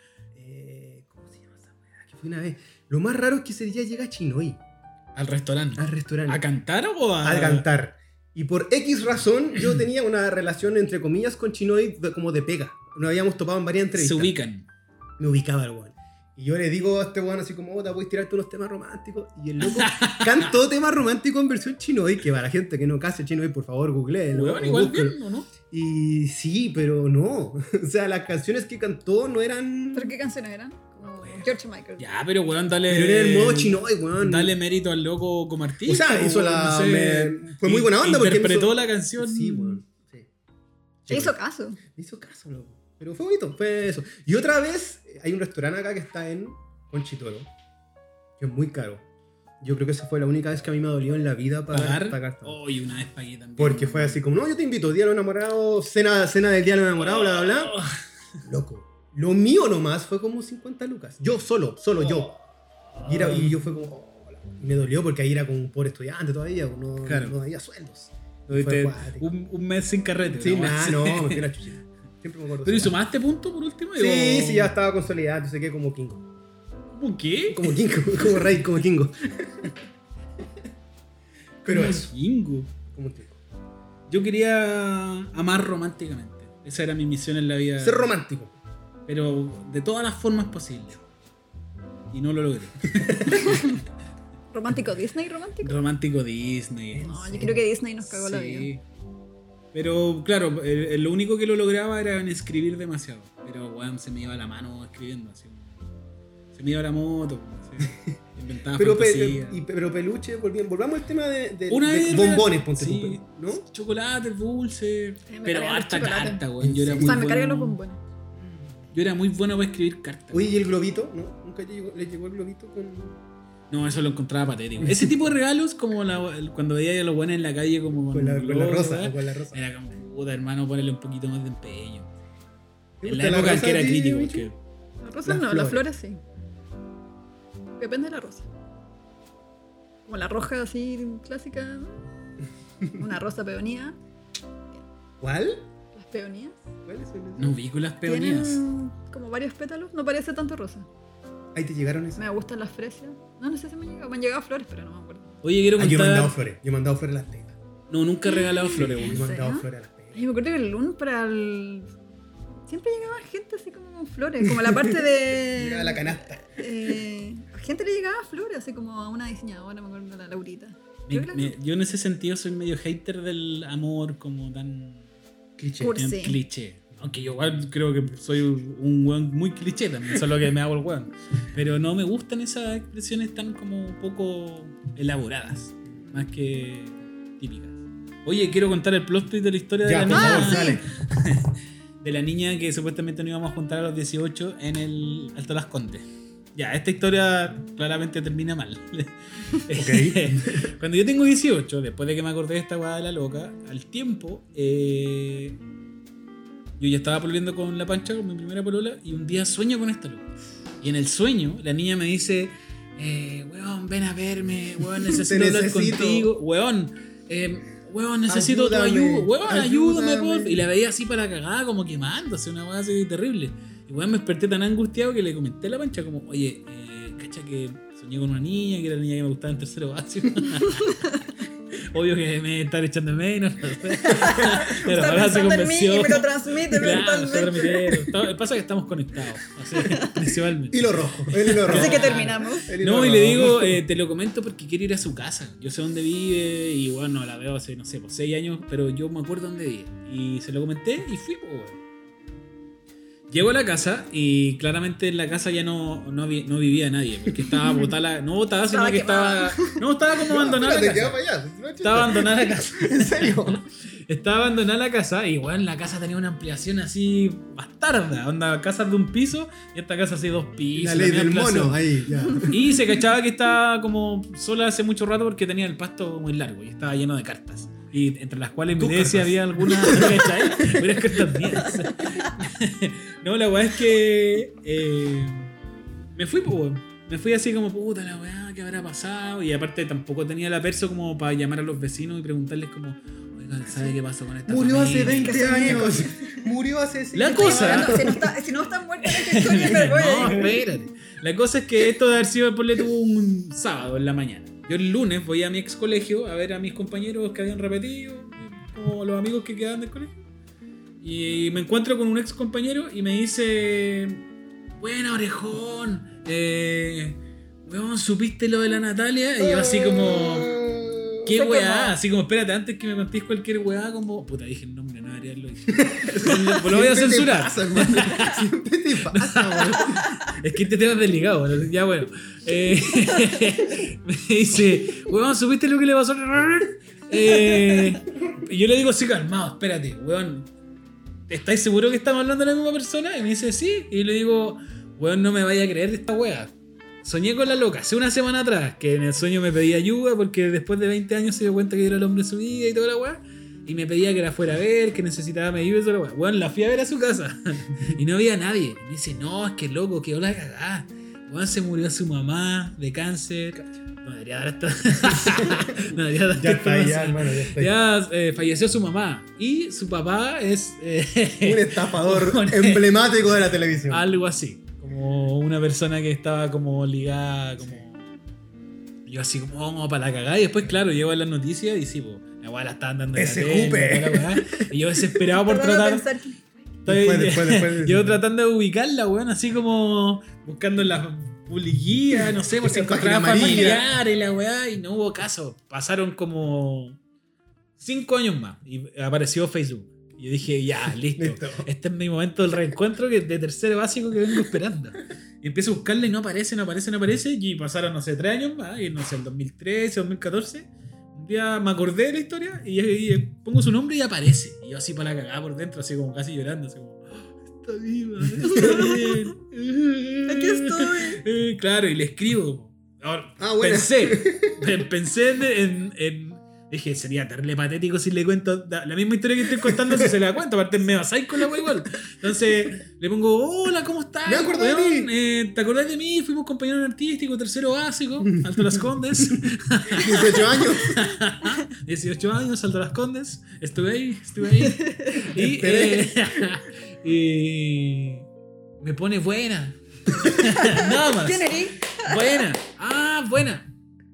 Eh, ¿Cómo se llama esa weá? Que fue una vez. Lo más raro es que ese día llega Chinoy Al restaurante. al restaurante. ¿A cantar o a.? A cantar. Y por X razón, yo tenía una relación, entre comillas, con Chinoy de- como de pega. Nos habíamos topado en varias Se entrevistas. ubican. Me ubicaba el weón. Y yo le digo a este weón así como, oh, te voy a tirarte unos temas románticos. Y el loco cantó temas románticos en versión Chinoy, que para la gente que no case Chinoy, por favor, googleen. Huevón, o igual busquen. bien, ¿o no? Y sí, pero no. O sea, las canciones que cantó no eran... ¿Pero qué canciones eran? Como George Michael. Ya, pero weón, dale. Pero era el modo Chinoy, weón. Dale mérito al loco como artista. O sea, hizo weón, la- no sé. me- fue muy buena onda porque interpretó hizo- la canción. Sí, weón. Sí. Te hizo caso. Me hizo caso, loco. Pero fue bonito, fue eso. Y otra vez, hay un restaurante acá que está en Conchitoro, que es muy caro. Yo creo que esa fue la única vez que a mí me dolió en la vida pagar. Pagar. pagar tanto. Oh, y una vez pagué también. Porque fue así como, no, yo te invito, Día de los Enamorados, cena, cena del Día de los Enamorados, bla, bla, bla. Oh. Loco. Lo mío nomás fue como cincuenta lucas. Yo solo, solo yo. Y, era- y yo fue como, oh, la- y me dolió porque ahí era como un pobre estudiante todavía, no, Claro. no había sueldos. Te- Fue cuático. un, un mes sin carrete. Sí, ¿no? nada, no, me fui a la chuchita. Siempre me acuerdo. Pero ¿y eso. sumaste punto por último? Sí, Digo, sí, ya estaba consolidado, yo sé que como Kingo. ¿Cómo qué? Como Kingo, como Rey, como Kingo. Pero Como eso, Kingo. como Kingo. Yo quería amar románticamente. Esa era mi misión en la vida. Ser romántico. Pero de todas las formas posibles. Y no lo logré. ¿Romántico Disney romántico? Romántico Disney. No, yo creo que Disney nos cagó la vida. Sí. Pero claro, eh, lo único que lo lograba era en escribir demasiado. Pero weón, se me iba la mano escribiendo así. Se me iba la moto. Así. Inventaba Pero, pe- fantasía. y- pero peluche, volvi- volvamos al tema de, de- Una de vez bombones, real- ponte sí, tú, ¿no? chocolate, dulce. Eh, me pero cargan los harta chocolates. carta, weón. Yo era Sí. muy O sea, me cargan bueno. los bombones. Yo era muy bueno para escribir cartas. Oye, ¿y el globito? ¿No? ¿Nunca le llegó, le llegó el globito con...? No, eso lo encontraba patético. Ese tipo de regalos, como la- el- cuando veía a los buenos en la calle, como Con la, con la globos, rosa, ¿verdad? con la rosa. Era como, puta hermano, ponerle un poquito más de empeño. ¿Te En la gusta la época en rosa que era a ti, crítico, Micho? porque Las rosas Las no, las flores. flores sí. Depende de la rosa. Como la roja así clásica. Una rosa peonía. ¿Cuál? Las peonías. ¿Cuáles son esas? no ubico las peonías. Tienen como varios pétalos. No parece tanto rosa. Ahí te llegaron esas. Me gustan las fresias. No, no sé si me han llegado. Me han llegado flores, pero no me acuerdo. Oye, quiero Ah, yo he mandado contar. flores. Yo he mandado flores a las tetas. No, nunca he regalado flores, Yo he weón. mandado serio? flores a las tetas. Ay, me acuerdo que el lunes para el. Siempre llegaba gente así como con flores. Como la parte de. Llegaba la canasta. Eh, a gente le llegaba flores, así como a una diseñadora, me acuerdo, la Laurita. Me- Creo que la- me- yo en ese sentido soy medio hater del amor como tan Cliché. Cursi. en cliché. Aunque yo igual creo que soy un weón muy cliché también, solo que me hago el weón. Pero no me gustan esas expresiones tan como un poco elaboradas, más que típicas. Oye, quiero contar el plot twist de la historia Ya, de por la favor, niña. dale. De la niña que supuestamente nos íbamos a juntar a los dieciocho en el Alto Las Condes. Ya, esta historia claramente termina mal. Cuando yo tengo dieciocho, después de que me acordé de esta weá de la loca, al tiempo, eh, yo ya estaba pololeando con la Pancha, con mi primera polola, y un día sueño con esta loca. Y en el sueño, la niña me dice, eh, weón, ven a verme, weón, necesito hablar necesito. contigo, weón, eh, weón, necesito Ayúdame, tu ayuda, weón, ayúdame, ayúdame. por. Y la veía así para cagada, como quemándose, una weá así terrible. Y weón, me desperté tan angustiado que le comenté a la Pancha como, oye, eh, cacha que soñé con una niña, que era la niña que me gustaba en tercero básico. Obvio que me están echando de menos. No sé. Pero Está ahora se pensando en mí y convenció. me lo transmite Claro, mentalmente. está transmitiendo. Está- Pasa que estamos conectados, así, principalmente. Hilo rojo. El hilo rojo. Así que terminamos. El hilo No, y le rojo. digo, eh, te lo comento porque quiero ir a su casa. Yo sé dónde vive y bueno, la veo hace, no sé, por seis años, pero yo me acuerdo dónde vive. Y se lo comenté y fui, pues, weón. Llego a la casa y claramente en la casa ya no, no, vi- no vivía nadie, porque estaba botada, la- no botada, sino Estaba que estaba, no, estaba como abandonada Espérate, la que va casa. para allá, si no es chiste. Estaba abandonada la casa. ¿En serio? Estaba abandonada la casa y bueno, la casa tenía una ampliación así bastarda, onda, casas de un piso y esta casa así dos pisos. La ley misma del ampliación. mono, ahí, ya. Y se cachaba que estaba como sola hace mucho rato porque tenía el pasto muy largo y estaba lleno de cartas. Y entre las cuales Tus miré si cartas. había alguna. ¿Cachai? Unas cartas mías. No, la weá es que. eh, me fui, pues, weón. Me fui así como, puta la weá, ¿qué habrá pasado? Y aparte tampoco tenía la perso como para llamar a los vecinos y preguntarles como, oigan, ¿sabe qué pasó con esta Murió hace familia? veinte años. Murió hace La cinco cosa- años. No, si, no está, si no están muertos en esta historia, me voy No, a ir. espérate. La cosa es que esto de haber sido, ponle tú, un sábado en la mañana. Yo el lunes voy a mi ex colegio a ver a mis compañeros que habían repetido, como los amigos que quedaban del colegio. Y me encuentro con un ex compañero y me dice, buena orejón, eh, weón, ¿supiste lo de la Natalia? Y yo así como, ¿qué Se weá? quemó. Así como, espérate, antes que me contéis cualquier weá, como, puta, dije el nombre, no debería haberlo dicho. Lo voy a Siempre te censurar. pasa, hermano. Siempre te pasa, weón. Es que este tema es delicado, ¿no? Ya bueno. Eh, me dice, weón, ¿supiste lo que le pasó? Eh, y yo le digo así, calmado, espérate, weón. ¿Estáis seguros que estamos hablando de la misma persona? Y me dice, sí. Y le digo, weón, no me vaya a creer de esta wea. Soñé con la loca hace una semana atrás, que en el sueño me pedía ayuda porque después de veinte años se dio cuenta que yo era el hombre de su vida y toda la wea. Y me pedía que la fuera a ver, que necesitaba mi ayuda y toda la wea. Weón, la fui a ver a su casa y no había nadie. Y me dice, no, es que loco, quedó la cagada. Weón, se murió su mamá de cáncer. No debería dar esta. No debería dar Ya esta está, información. ya, hermano, ya está. Ya eh, falleció su mamá y su papá es eh, Un estafador Un- emblemático de la televisión. algo así, como una persona que estaba como ligada, como yo así como oh, para la cagada y después claro llego a las noticias y sí, pues la weá la estaban dando en la Ese tele, jupe. toda la weá, y yo desesperado por Tratando de tratar pensar que- estoy- Después, después, después. yo tratando de ubicarla, weón, así como buscando en las publiquías, no sé, por si En encontraba página amarilla. familiares la weá, y no hubo caso. Pasaron como cinco años más y apareció Facebook. Y yo dije, ya, listo. Listo. Este es mi momento del reencuentro que de tercero básico que vengo esperando. Y empiezo a buscarla y no aparece, no aparece, no aparece. Y pasaron, no sé, tres años más, y no sé, el dos mil trece, dos mil catorce. Un día me acordé de la historia y, y pongo su nombre y aparece. Y yo así para la cagada por dentro, así como casi llorando, así como, "Oh, está viva, está bien. Aquí estoy. Eh, claro, y le escribo. Ahora, Ah, bueno. pensé, pe- pensé en, en- en- dije, sería terrible patético si le cuento la la misma historia que estoy contando si se la cuento, aparte es medio psycho la wea igual. Entonces le pongo, hola, ¿cómo estás? Me acordé de weón? ti. Eh, ¿Te acordás de mí? Fuimos compañeros artísticos, tercero básico, Alto Las Condes. dieciocho años. dieciocho años, Alto Las Condes. Estuve ahí, estuve ahí. Y, Esperé. eh, y me pone buena. Nada más. ¿Quién eres? Buena. Ah, buena.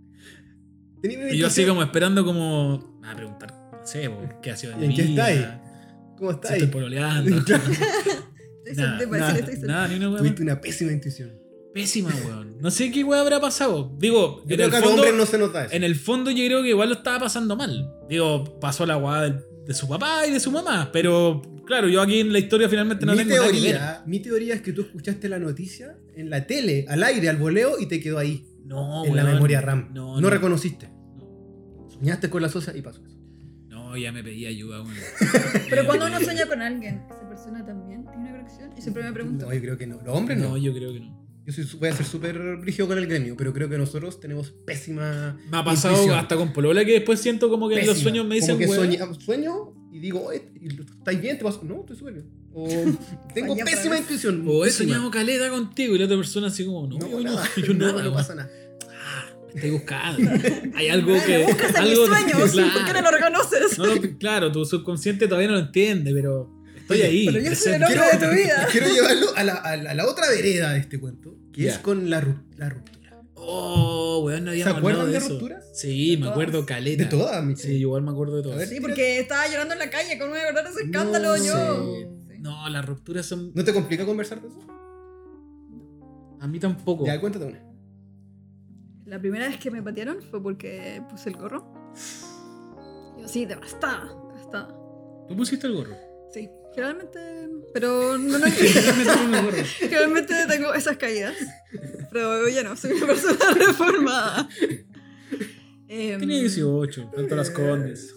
Tenía Y yo así como esperando como... Me va a preguntar, no sé, po, ¿qué ha sido de mi ¿En qué vida? estáis? ¿Cómo Si estás estoy ahí? pololeando. Estoy Nada, soltera, para nada, decir, estoy soltera. Nada, ni una weá. Tuviste una pésima intuición. Pésima, weón. No sé qué weá habrá pasado. Digo, Yo en creo el, que a los fondo, hombres no se nota eso. en el fondo yo creo que igual lo estaba pasando mal. Digo, pasó la weá de, de su papá y de su mamá. Pero, claro, yo aquí en la historia finalmente no mi, tengo nada que ver. teoría, mi teoría es que tú escuchaste la noticia en la tele, al aire, al voleo, y te quedó ahí, No, en la weón. memoria RAM. No, No, no. reconociste. No, Soñaste con la sosa y pasó eso. no, ya me pedí ayuda, weón. Pero Ya cuando me uno pedí sueña ayuda. con alguien, ¿esa persona también tiene una conexión? Y siempre me pregunto. No, yo creo que no. Los hombres no. No, yo creo que no. Yo soy, voy a ser súper rígido con el gremio, pero creo que nosotros tenemos pésima. Me ha pasado intuición. hasta con polola que después siento como que en los Pésima. sueños me dicen, Como que weón. soña- sueño y digo, "Oye, ¿estáis bien? ¿Te pasó?" No, estoy súper bien. O tengo Soñé pésima otra vez. intuición. O he pésima. soñado caleta contigo y la otra persona así como, no, No, yo no, nada, yo no, nada, no, no pasa nada. Ah, me estoy buscando. Hay algo que. Me buscas en mis algo, sueños. claro, ¿Por qué no lo reconoces? no lo- claro, tu subconsciente todavía no lo entiende, pero estoy Oye, ahí. pero yo soy el presente. hombre de tu vida. Quiero llevarlo a la, a la- a la otra vereda de este cuento, que Ya. es con la, ru- la ruptura. Oh, Oh, weón, no ¿Se habíamos acuerdan hablado de eso. rupturas? Sí, De me todas. acuerdo caleta. De todas, mi Sí, igual me acuerdo de todas. A ver, Sí, porque estaba llorando en la calle, ¿cómo me voy a acordar de ese escándalo No, yo? sí. Sí. No, las rupturas son... ¿No te complica conversar de eso? A mí tampoco. Ya, cuéntate una. La primera vez que me patearon fue porque puse el gorro. Yo sí, devastada, devastada. ¿Tú pusiste el gorro? Sí, generalmente... Pero no, no el gorro. generalmente tengo esas caídas. Pero ya no, soy una persona reformada. Em, Tenía dieciocho, tanto las condes.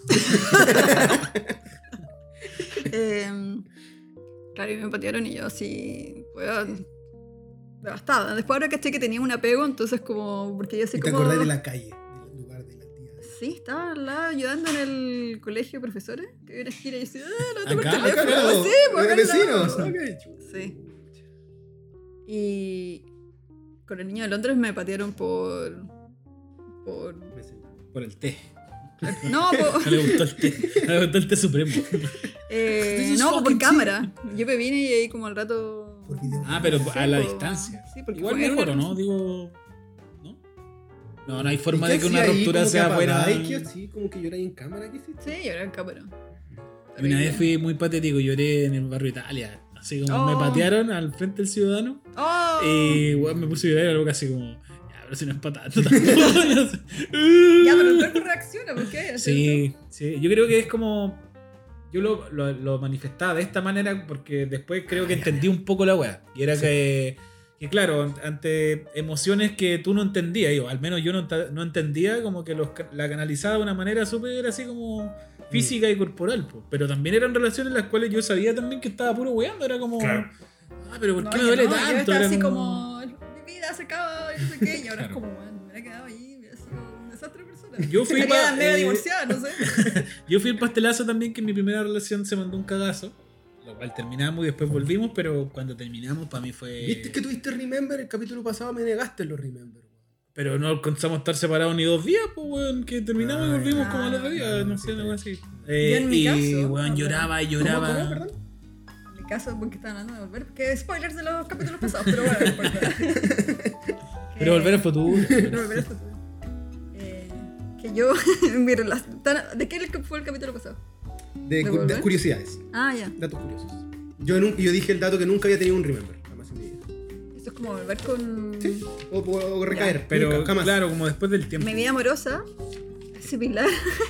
em, claro, y me patearon y yo así, weón, devastada. Después ahora caché que tenía un apego, entonces como, porque yo sé ¿Y te como... acordás de la calle? Del lugar de la tía. Sí, estaba al lado ayudando en el colegio de profesores, que había una gira y yo decía, ah, no tengo el ¿Acá? teléfono. Acá, claro. Sí, pues acá al Vecinos. lado. Ok. Sí. Y con el niño de Londres me patearon por... por... Por el té. No, por... No le gustó el té. No le gustó el té supremo. eh, This is no, por fucking cámara. Yo me vine y ahí como al rato... Por video. Ah, pero Sí, a la po. distancia. Sí, porque Igual fue mejor, ¿o una- no? Digo... ¿No? No, no hay ¿Y forma qué de que una hacía ahí? ruptura ¿Como que sea buena. apagabas? ¿Qué así? Como que lloráis en cámara, ¿qué hiciste? Sí, lloré en cámara. Y una vez fui muy patético, lloré en el barrio Italia. Así como me Oh. patearon al frente del ciudadano. ¡Oh! Y bueno, me puse a llorar y la boca así como... Ya, pero si no es para tanto tampoco. Ya, pero el cuerpo reacciona, ¿por qué? Sí, sí. Yo creo que es como... Yo lo, lo, lo manifestaba de esta manera porque después creo que entendí un poco la weá. Y era Sí. que, que, claro, ante emociones que tú no entendías, yo, al menos yo no, enta- no entendía, como que los, ca- la canalizaba de una manera súper así como física y corporal. Po. Pero también eran relaciones en las cuales yo sabía también que estaba puro weando. Era como... Claro. Ah, pero ¿por No, qué me yo duele no, yo tanto? estaba Era así como... Mi vida se acaba y no sé qué. Y ahora Claro. es como, bueno, me hubiera quedado ahí, hubiera sido un desastre de persona. Yo fui Estaría pa- medio eh, divorciada, no sé. Yo fui el pastelazo también que en mi primera relación se mandó un cagazo. Lo cual terminamos y después volvimos, pero cuando terminamos para mí fue... ¿Viste que tuviste Remember? El capítulo pasado me negaste los Remember. Pero no alcanzamos a estar separados ni dos días, pues, weón, que terminamos y Ah, volvimos ya. como al otro día, Ah, no sí, sé, sí. algo así. Yo en mi y, caso, weón, ah, lloraba y ¿Cómo, lloraba. cómo, perdón? En mi caso, porque estaban hablando de volver. Que spoilers de los capítulos pasados, pero bueno, no importa. Pero Que- volver al futuro. Pero volver al futuro. Eh, que yo, mi relación... ¿De qué fue el capítulo pasado? De, ¿De cu- de volver? curiosidades. Ah, ya. Datos curiosos. Yo, nunca, yo dije el dato que nunca había tenido un Remember. Jamás en mi vida. Esto es como volver con... Sí. O, o- o recaer. Pero, nunca, jamás. claro, como después del tiempo. Mi vida amorosa es similar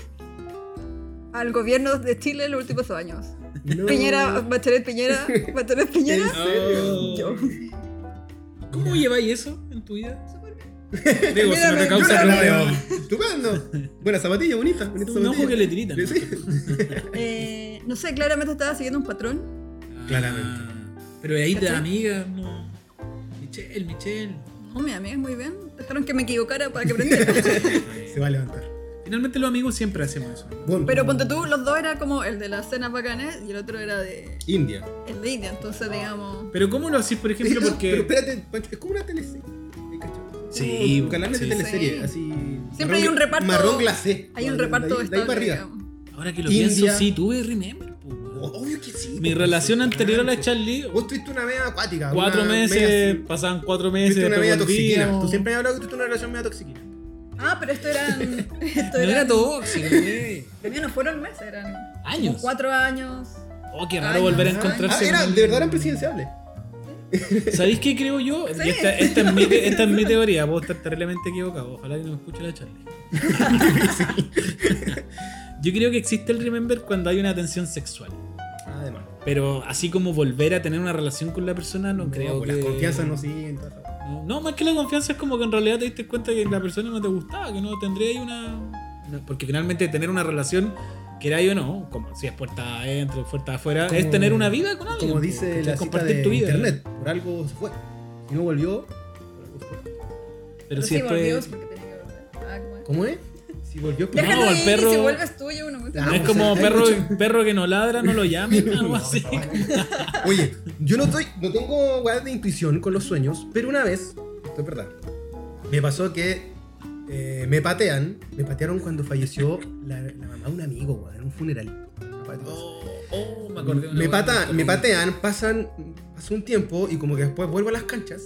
al gobierno de Chile en los últimos dos años. No. Piñera, Bachelet Piñera, Bachelet Piñera. ¿En serio? Oh. Yo. ¿Cómo lleváis eso en tu vida? Súper bien. Digo, si no te Mírame, causa yo la problema. veo. Estupendo. Buena zapatilla, bonita. bonita Un ojo zapatilla. que le tiritan, ¿no? Sí. Eh, no sé, claramente estaba siguiendo un patrón. Claramente. Ah, pero ahí de ¿Cachai? amiga, no. Michelle, Michelle. No, mi amiga es muy bien. Dejaron que me equivocara para que aprendiera. Se va a levantar. Finalmente los amigos siempre hacemos eso. Bueno, Pero ponte tú, los dos era como el de las cenas bacanes y el otro era de India. el de India. Entonces, digamos. Pero ¿cómo lo hacís, por ejemplo? Pero Porque... espérate, Pancho, es como una teleserie. ¿me cachai? Sí, Como canales sí. de teleserie, Sí. así. Siempre hay un reparto- Marrón glacé. Hay un De reparto ahí- de de ahí para estable, arriba. digamos. Ahora que lo India. pienso, sí, tuve Remember. po, weón. Obvio que sí. Mi por relación supuesto. anterior a la de Charlie, Vos tuviste una media acuática. cuatro una meses, media- pasaban cuatro meses. Tuviste una media después toxiquina. volvíamos. Tú siempre has hablado que tuviste una relación media toxiquina. Ah, pero esto eran. Esto No era eran- tóxico, güey. Los míos no fueron meses, eran. Años. como cuatro años. Oh, qué raro Años, volver a años. Ah, encontrarse. era, con- de verdad eran presidenciables. ¿Sabéis qué creo yo? Sí. Y esta, esta, es mi, te- esta es mi teoría, puedo estar terriblemente equivocado. Ojalá que no me escuche la Charlie. Yo creo que existe el Remember cuando hay una tensión sexual. Además. Pero así como volver a tener una relación con la persona, no, creo pues que... las confianzas no siguen. toda esa- No, no, más que la confianza es como que en realidad te diste cuenta que la persona no te gustaba, que no tendría ahí una... una- porque finalmente tener una relación, queráis o no, como si es puerta adentro, puerta afuera, Como- es tener una vida con alguien. Como po, dice ¿cachai? la cita compartir de tu vida. internet. Por algo se fue. Si no volvió, por algo se fue. Pero si sí volvió después... porque tenía que volver. Ah, ¿cómo es? ¿Cómo es? Si volvió, pues. Déjalo No, el ahí, perro- si vuelves tuyo, uno Ah, es pues, como hay perro, mucho- perro que no ladra, no lo llamen, algo así. Oye, yo no estoy, no tengo weas de intuición con los sueños, pero una vez, esto es verdad, me pasó que eh, me patean, me patearon cuando falleció la, la mamá de un amigo, weón, en un funeral. Oh, oh, me acordé de una Me, buena pata, historia. me patean, pasan, pasa un tiempo y como que después vuelvo a las canchas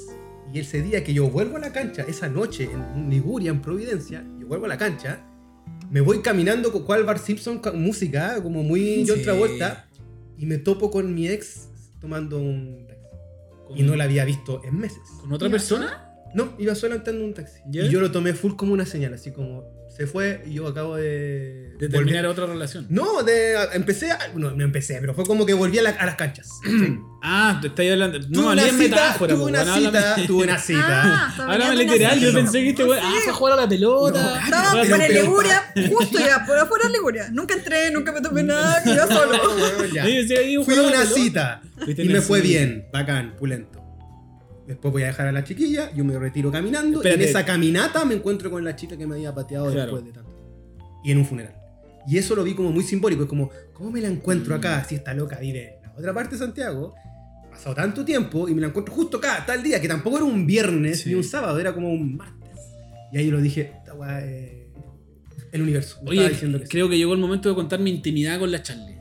Y ese día que yo vuelvo a la cancha, esa noche en Liguria, en Providencia, yo vuelvo a la cancha, me voy caminando con cual Bart Simpson con música, como muy John Sí. Travolta, y me topo con mi ex tomando un taxi. ¿Con, Y no la había visto en meses. ¿Con otra ¿Iba persona? No, iba solo entrando en un taxi. ¿Ya? Y yo lo tomé full como una señal, así como se fue y yo acabo de... De volver- terminar otra relación. No, de, empecé, a- no, no empecé, pero fue como que volví a, la- a las canchas. Ah, te estáis hablando. Tuve No, una hablé en cita, metáfora. tuve po, una bueno, háblame- cita, tuve una cita. Ah, estaba Háblame mirando una literal, yo serie. pensé que este No weón. sé. Ah, fue a jugar a la pelota. No, Estaba Pero- por el pero- Liguria, justo ya, por afuera de Liguria. Nunca entré, nunca me tomé nada, que yo solo. Bueno, ya. Sí, yo decía, iba a Fui jugar a la una pelota. cita Fuiste y en me la fue cita. bien, bacán, pulento. Después voy a dejar a la chiquilla, yo me retiro caminando Espérate. y en esa caminata me encuentro con la chica que me había pateado Claro. después de tanto. Y en un funeral. Y eso lo vi como muy simbólico, es como, ¿cómo me la encuentro Mm. acá si esta loca vive en la otra parte de Santiago? Ha pasado tanto tiempo y me la encuentro justo acá, tal día, que tampoco era un viernes Sí. ni un sábado, era como un martes. Y ahí yo lo dije, esta weá es el universo. Me Oye, estaba diciendo que sí. creo que llegó el momento de contar mi intimidad con la Charlie.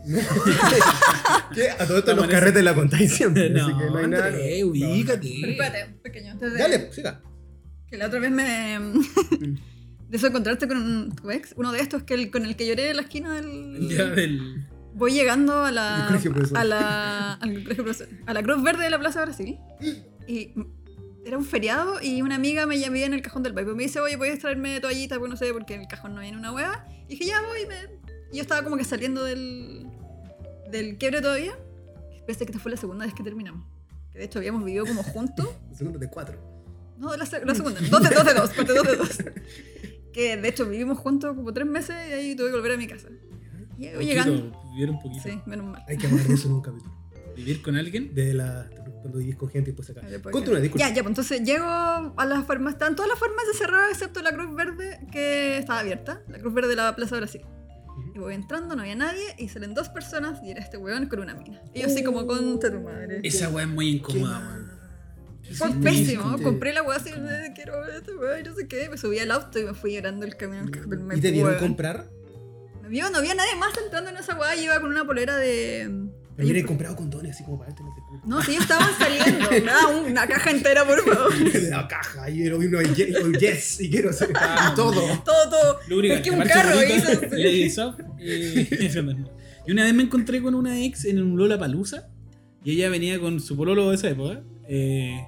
Que a todo esto en los Amanece- carretes la contáis siempre, No, así que no hay nada. André, No, ubícate. Pero espérate, un pequeño. Antes de, Dale, siga. Que la otra vez me. De eso encontrarte con un, tu ex, uno de estos que el, con el que lloré en la esquina del. Ya del. Voy llegando a El la. colegio profesor. A la. Al colegio profesor. A la Cruz Verde de la Plaza Brasil. Y era un feriado y una amiga me llamó en el cajón del baile. Me dice, oye, ¿puedes traerme toallita? Pues no sé, porque en el cajón no viene una hueá. Y dije, ya voy. Me... Y yo estaba como que saliendo del. Del quiebre todavía. Pensé que esta fue la segunda vez que terminamos. Que de hecho habíamos vivido como juntos. Segundo de cuatro. No, la, se- la segunda. Dos de dos de dos. Parte dos de dos. Que de hecho vivimos juntos como tres meses y ahí tuve que volver a mi casa. Y voy llegando. Poquito, vivir un poquito. Sí, menos mal. Hay que hablar de eso en un capítulo. Vivir con alguien. De la. Cuando vivís con gente y después acá. Vale, pues, Continúa, disculpa. Ya, ya, pues entonces llego a las farmacias. Estaban todas las farmacias cerradas excepto la Cruz Verde que estaba abierta. La Cruz Verde de la Plaza Brasil. Y voy entrando, no había nadie y salen dos personas y era este weón con una mina. Y yo así como, concha tu madre. Esa weá es muy incómoda, Qué weón. Fue Sí, pésimo. sí. Compré la weá así, "Eh, quiero ver este weón", y no sé qué. Me subí al auto y me fui llorando el camino. ¿Y te vieron comprar? Me vio, no había nadie más entrando en esa weá. Y iba con una polera de. Me hubieran comprado condones así como para darte, no sé cómo. No, sí, ellos estaban saliendo. Me da una caja entera, por favor. De la caja, y era uno y yes, y quiero hacer Ah, todo. Todo, todo. Lubricante, Es que un parche carro bonito, hizo. Ladies Up, y- y una vez me encontré con una ex en un Lollapalooza y ella venía con su pololo de esa época. eh,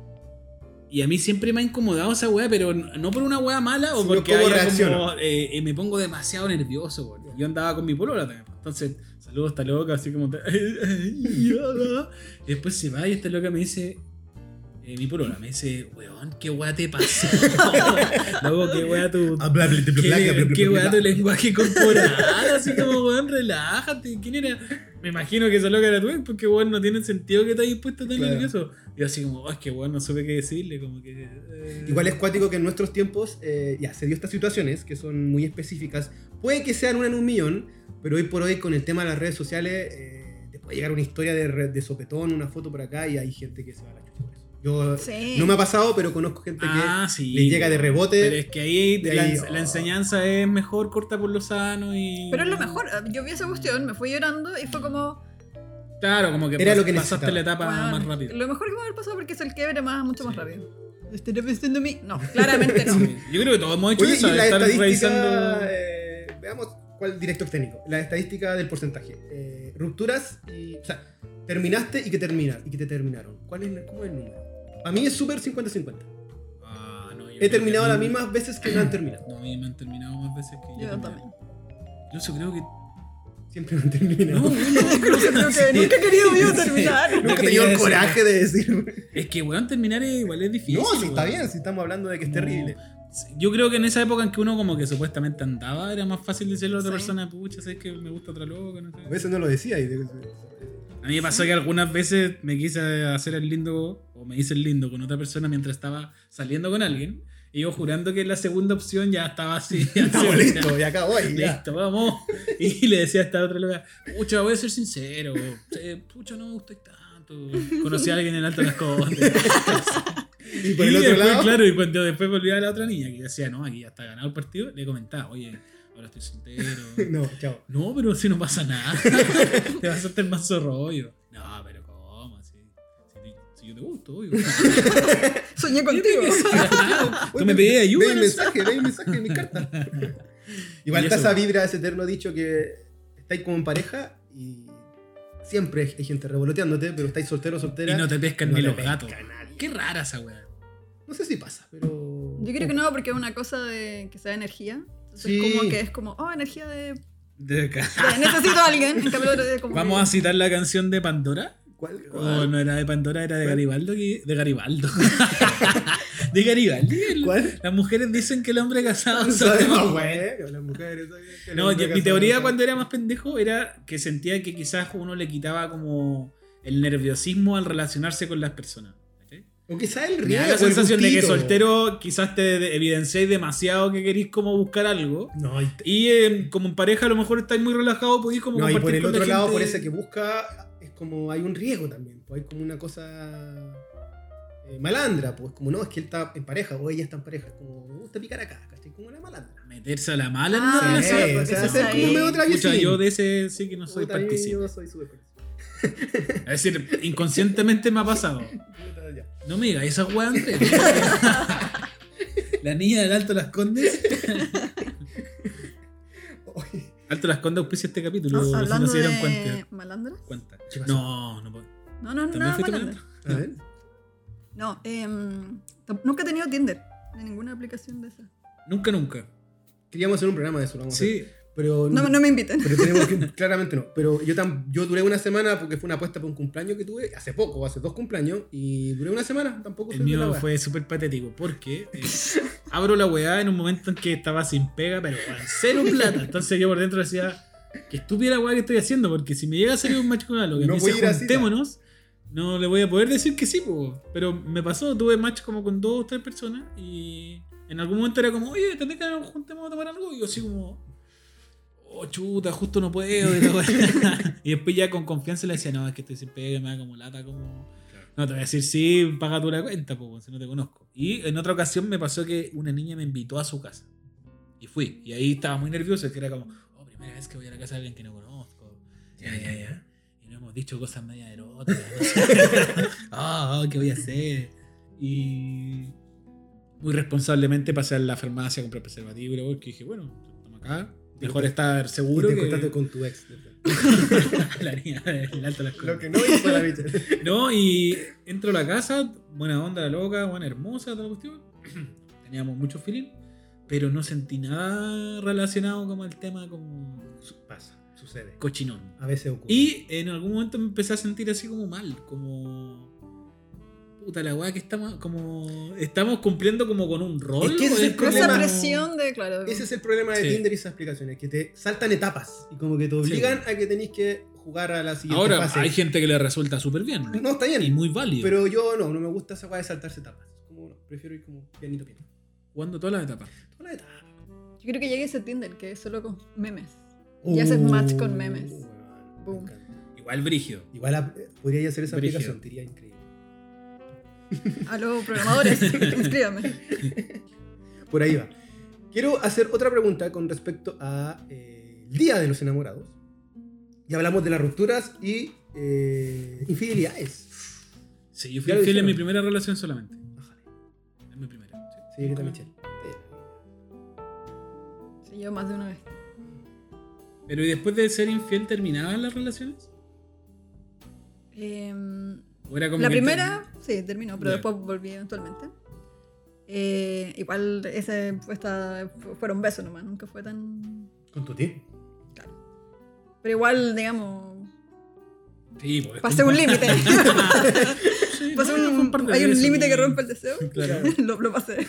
y a mí siempre me ha incomodado esa weá, pero no por una weá mala o Sino porque cómo haya reacciona. como, eh, eh, me pongo demasiado nervioso. weón. Yo andaba con mi polola también. Entonces, saludos a esta loca, así como. Y después se va y esta loca me dice. Eh, mi polola me dice, weón, qué weá te pasó. Luego, qué weá tu. Ah, bla, bla, bla, bla, bla, bla, ¿Qué, bla, qué bla, weá bla. tu lenguaje corporal? Así como, weón, relájate. ¿Quién era? Me imagino que esa loca era tú, porque weón no tiene sentido que te hayas puesto tan Claro. nervioso. Y así como, oh, es que weón no supe qué decirle, como que. eh. Igual es cuático que en nuestros tiempos eh, ya se dio estas situaciones que son muy específicas. Puede que sean una en un millón, pero hoy por hoy con el tema de las redes sociales eh, te puede llegar una historia de, re- de sopetón, una foto por acá y hay gente que se va a la chucha por eso. Yo Sí. no me ha pasado, pero conozco gente Ah, que sí. le llega de rebote. Pero es que ahí, de la, ahí, la oh. enseñanza es mejor corta por lo sano y. Pero es lo mejor. Yo vi esa cuestión, me fui llorando y fue como. Claro, como que Era pas- lo que pasaste necesitaba. la etapa bueno, más rápido. Lo mejor que me haber pasado porque es el quiebre más, mucho más Sí. rápido. ¿Estaré pensando en mí? No, claramente no. Sí. Yo creo que todos hemos hecho Oye, eso, y de la estar estadística, revisando. eh, veamos cuál director técnico. La estadística del porcentaje. Eh, rupturas y. O sea, terminaste y que termina, y que te terminaron. ¿Cuál es, ¿Cómo es el número? A mí es súper cincuenta cincuenta. Ah, no, yo He creo terminado que a las mí- mismas veces que no han terminado. No, a mí me han terminado más veces que yo. Yo también. también. Incluso creo que. Siempre me han terminado. No, Incluso creo que nunca he querido yo terminar. Nunca he quería tenido el decir- coraje de decir. Es que, weón, terminar es, igual es difícil. No, si está weón. bien, si estamos hablando de que es Como- terrible. Yo creo que en esa época en que uno como que supuestamente andaba, era más fácil decirle a otra Sí. persona, pucha, sabes que me gusta otra loca, no sé. A veces no lo decía y. A mí me pasó que algunas veces me quise hacer el lindo, o me hice el lindo con otra persona mientras estaba saliendo con alguien, y yo jurando que la segunda opción ya estaba así. Estamos así, listos, y acá voy. ya. Listo, vamos. Y le decía a esta otra loca, pucha, voy a ser sincero, eh, pucha, no me gustáis tanto. Conocí a alguien en Alto Las Condes. Y por el Y otro después, lado. claro, y cuando después volví a la otra niña que decía, no, aquí ya está ganado el partido, le comentaba, oye, ahora estoy soltero. No, chao. No, pero si no pasa nada. Te vas a hacer más rollo. No, pero ¿cómo? Si, si, Si yo te gusto, obvio. Soñé contigo. Tú me pedías ayuda. Ve ¿no? el mensaje, ve el mensaje en mi carta. Igual Y está eso. esa vibra, ese eterno dicho que estáis como en pareja y siempre hay gente revoloteándote, pero estáis soltero o soltera. Y no te pescan no ni te los pesca gatos. nadie. Qué rara esa weá. No sé si pasa, pero. Yo creo que no, porque es una cosa de que sea energía. Entonces Sí. como que es como, oh, energía de... De acá. de necesito a alguien. En cambio, el otro día como Vamos que- a citar la canción de Pandora. ¿Cuál? O ¿Cuál? no era de Pandora, era de ¿Cuál? Garibaldo. que- De Garibaldo. De Garibaldi. El- ¿Cuál? Las mujeres dicen que el hombre casado No sabe sabemos, más güey. bueno. Las mujeres. ¿sabes? Que No, los yo- mi hombres teoría casados, cuando era más pendejo era que sentía que quizás uno le quitaba como el nerviosismo al relacionarse con las personas. ¿cachai? O quizás el Me riesgo. da la el sensación de que gustito. soltero quizás te de- evidenciáis demasiado que queréis como buscar algo. No, y, Y eh, como en pareja a lo mejor estáis muy relajados, podéis como no, y por compartir el con la otro lado, gente. por ese que busca, es como hay un riesgo también. Pues hay como una cosa eh, malandra. Pues como no, es que él está en pareja o ella está en pareja. Como me gusta picar acá, ¿cachai? Como una malandra. Meterse a la mala en Ah, una Sí, relación. o sea, porque hacer sos como ahí. medio Pucha, traviesín. yo de ese sí que no soy Puta, partícipe. yo soy súper partícipe. Es decir, inconscientemente me ha pasado. Puta, ya. No me digas esa weá antes. La niña del Alto Las Condes. Oye, Alto Las Condes auspicia este capítulo. Ah, si no hablando se dieron de cuenta. malandras. cuenta. ¿Qué pasó? No, no puedo. No, no, no, ¿También nada fuiste malandra. a ver. No, em, tam- nunca he tenido Tinder. Ni ninguna aplicación de esa. Nunca, nunca. Queríamos hacer un programa de eso, lo vamos a hacer. Sí. Pero No, no me inviten. Pero tenemos que, claramente no. Pero yo, tam, yo duré una semana porque fue una apuesta para un cumpleaños que tuve hace poco, hace dos cumpleaños, y duré una semana, tampoco El soy de la mío wea. fue súper patético porque eh, abro la weá en un momento en que estaba sin pega, pero weón, cero plata. Entonces yo por dentro decía, qué estúpida la weá que estoy haciendo, porque si me llega a salir un match con algo que No me voy dice a ir a cita. juntémonos, no le voy a poder decir que sí, po. Pero me pasó, tuve match como con dos o tres personas y en algún momento era como, oye, ¿tenés que nos juntemos a tomar algo? Y yo así como, oh chuta, justo no puedo. Y, la weá. Y después ya con confianza le decía, no, es que estoy sin pega, me da como lata, como... No, te voy a decir, sí, paga tú la cuenta, pues, si no te conozco. Y en otra ocasión me pasó que una niña me invitó a su casa. Y fui. Y ahí estaba muy nervioso, que era como, oh, primera vez que voy a la casa de alguien que no conozco. Ya, ya, ya. Y nos hemos dicho cosas medio eróticas. No sé. Ah, ¿qué voy a hacer? Y muy responsablemente pasé a la farmacia a comprar preservativo y la porque dije, bueno, estamos acá. Mejor estar seguro Y te que... encontraste con tu ex. la niña del alto de las Lo cosas. que no hizo la bicha. No, y entro a la casa, buena onda la loca, buena hermosa, toda la cuestión. Teníamos mucho feeling, pero no sentí nada relacionado como el tema como Pasa, sucede. cochinón. A veces ocurre. Y en algún momento me empecé a sentir así como mal, como... Puta la weá que estamos como... Estamos cumpliendo como con un rol. Es que ese ¿o es el Con esa problema. presión de, claro. Ese es el problema de Sí. Tinder y esas aplicaciones, que te saltan etapas y como que te obligan a que tenéis que jugar a la siguiente Ahora fase. hay gente que le resulta súper bien. No, está bien. Y muy válido. Pero yo no, no me gusta esa weá de saltarse etapas. Como no, prefiero ir como pianito pianito. Jugando todas las etapas. Toda la etapa. Yo creo que llegue ese Tinder que es solo con memes. Y haces match con memes. Uh, weón, me Boom. encanta. Igual brígido. Igual ap- podría hacer esa Brígido. aplicación, te iría increíble. A los programadores, inscríbame. Por ahí va. Quiero hacer otra pregunta con respecto a eh, el Día de los Enamorados. Ya hablamos de las rupturas y eh, infidelidades. Sí, yo Ya fui lo infiel en dijeron. mi primera relación solamente. Ajá. En mi primera. Sí, ¿qué tal, Michelle? Sí, yo más de una vez. Pero ¿y después de ser infiel terminaban las relaciones? Em, ¿O era como la que primera, sí, terminó, pero Ya. después volví eventualmente. Eh, igual ese fue esta, fu- fueron besos nomás, nunca fue tan... ¿Con tu tío? Pero igual, digamos, Sí, pues, es pasé como- un límite. Sí, Pasé no, un- fue un par de hay un veces, límite que ¿no? rompe el deseo. Claro. lo, lo pasé.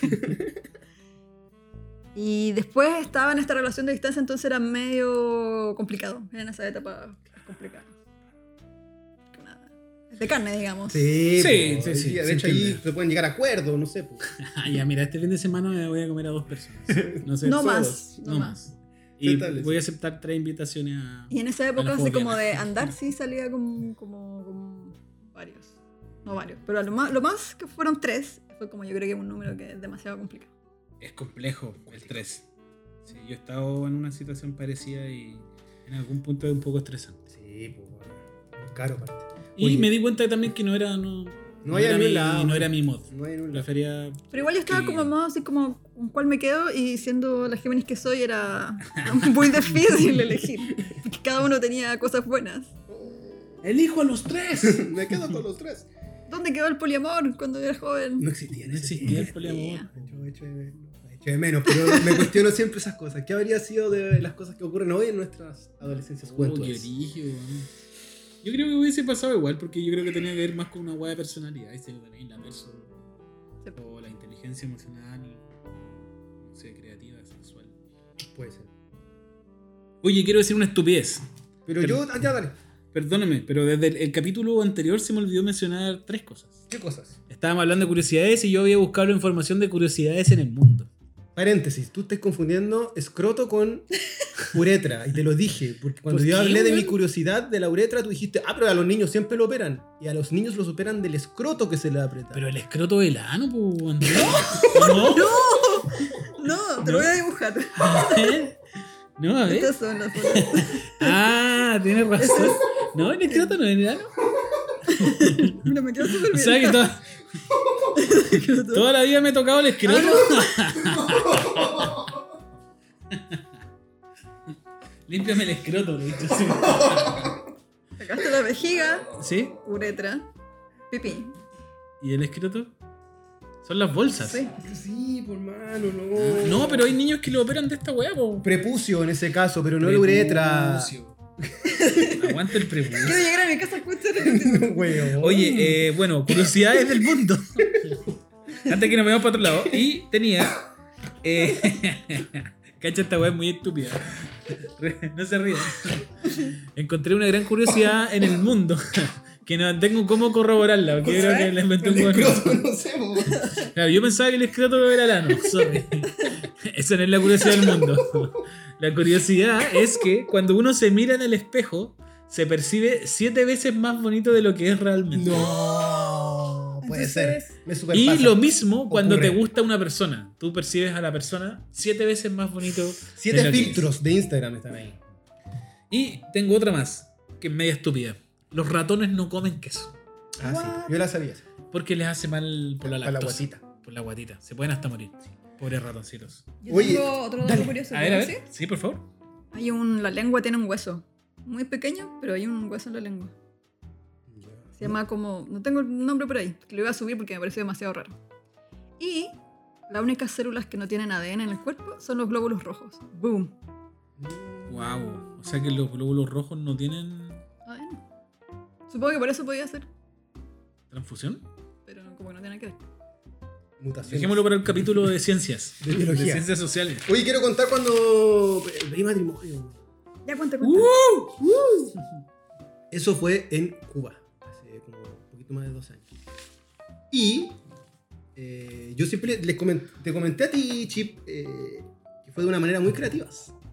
Y después estaba en esta relación de distancia, entonces era medio complicado. Era en esa etapa complicada. Que nada, es de carne, digamos. Sí, Sí, po, sí, sí, De se hecho, ahí entiende. se pueden llegar a acuerdos, no sé. Po. Ah, ya, mira, este fin de semana me voy a comer a dos personas. No sé. No Todos, más, no, no más. más. Y Establece. voy a aceptar tres invitaciones a... Y en esa A época, la así fobia. como de andar, sí salía como, como, como varios. No varios, pero lo más, lo más que fueron tres, fue como yo creo que es un número que es demasiado complicado. Es complejo el tres. Sí, yo he estado en una situación parecida y en algún punto es un poco estresante. Sí, pues, bueno, es caro aparte. Y Oye. me di cuenta también que no era... No, No hay en mi, ningún lado. no era mi mod. No hay en un La lado. feria. Pero igual yo estaba que- como más así como con cuál me quedo y siendo la Géminis que soy era muy difícil elegir. Porque cada uno tenía cosas buenas. ¡Elijo a los tres! Me quedo con los tres. ¿Dónde quedó el poliamor cuando era joven? No existía. No existía el poliamor. Yo echo de, echo de menos, pero me cuestiono siempre esas cosas. ¿Qué habría sido de las cosas que ocurren hoy en nuestras adolescencias Oh, qué juventudes? brígido, weón. Yo creo que hubiese pasado igual, porque yo creo que tenía que ver más con una hueá de personalidad. Y si lo tenéis la perso, Sí. o la inteligencia emocional, no sé, creativa, sexual. Puede ser. Oye, quiero decir una estupidez. Pero Pero- yo, ah, ya dale. Perdóname, pero desde el, el capítulo anterior se me olvidó mencionar tres cosas. ¿Qué cosas? Estábamos hablando de curiosidades y yo había buscado la información de curiosidades en el mundo. Paréntesis, tú estás confundiendo escroto con uretra. Y te lo dije, porque cuando ¿Por yo qué, hablé de weón? mi curiosidad de la uretra, tú dijiste, ah, pero a los niños siempre lo operan. Y a los niños los operan del escroto que se les aprieta. Pero el escroto del ano, pues, Andrés. ¿No? No, te lo voy a dibujar. ¿Eh? No, a ver. Estas son las fotos. Ah, tienes razón. No, el escroto no es el ano. Mira, me quedo súper O bien. sea que toda, toda la vida me he tocado el escroto. Límpiame el escroto, le he dicho así. Sacaste la vejiga, ¿Sí? uretra, pipí. ¿Y el escroto? Son las bolsas. Sí. Sí, por mano, no. No, pero hay niños que lo operan de esta weá, po. Prepucio en ese caso, pero no la uretra. Prepucio. Aguanta el prepucio. Quiero llegar a mi casa a escuchar. Weón. Oye, eh, bueno, curiosidades del mundo. Antes que nos veamos para otro lado. Y tenía. Eh, cacha, esta weá es muy estúpida. No se ríen. Encontré una gran curiosidad en el mundo. Que no tengo cómo corroborarla. Porque creo que la inventé un El weón. escroto, no sé, po. Claro, yo pensaba que el escroto era el ano. Sorry. Esa no es la curiosidad del mundo. La curiosidad es que cuando uno se mira en el espejo, se percibe siete veces más bonito de lo que es realmente. No, puede Entonces- ser. Me Y superpasa. lo mismo cuando Ocurre. te gusta una persona. Tú percibes a la persona siete veces más bonito. de Siete lo que filtros de Instagram están ahí. es. Y tengo otra más, que es media estúpida. Los ratones no comen queso. Ah, What? sí. Yo la sabía. Porque les hace mal por la Para la lactosa. guatita. Por la guatita. Se pueden hasta morir. Pobres ratoncitos. Yo Oye, tengo otro dato dale. curioso. A ver, a ¿puedo ver. decir? Sí, por favor. Hay un, la lengua tiene un hueso. Muy pequeño, pero hay un hueso en la lengua. Se llama como... No tengo el nombre por ahí. Que lo iba a subir porque me pareció demasiado raro. Y las únicas células que no tienen A D N en el cuerpo son los glóbulos rojos. Boom. Wow. O sea que los glóbulos rojos no tienen A D N. Supongo que por eso podía ser. transfusión. Pero como que no tiene que ver. Mutaciones. Dejémoslo para el capítulo de ciencias. De biología. De ciencias sociales. Oye, quiero contar cuando pedí matrimonio. Ya cuenta, cuenta. ¡Uh! Eso fue en Cuba, hace como un poquito más de dos años. Y eh, yo siempre les comenté, te comenté a ti, Chip, eh, que fue de una manera muy creativa.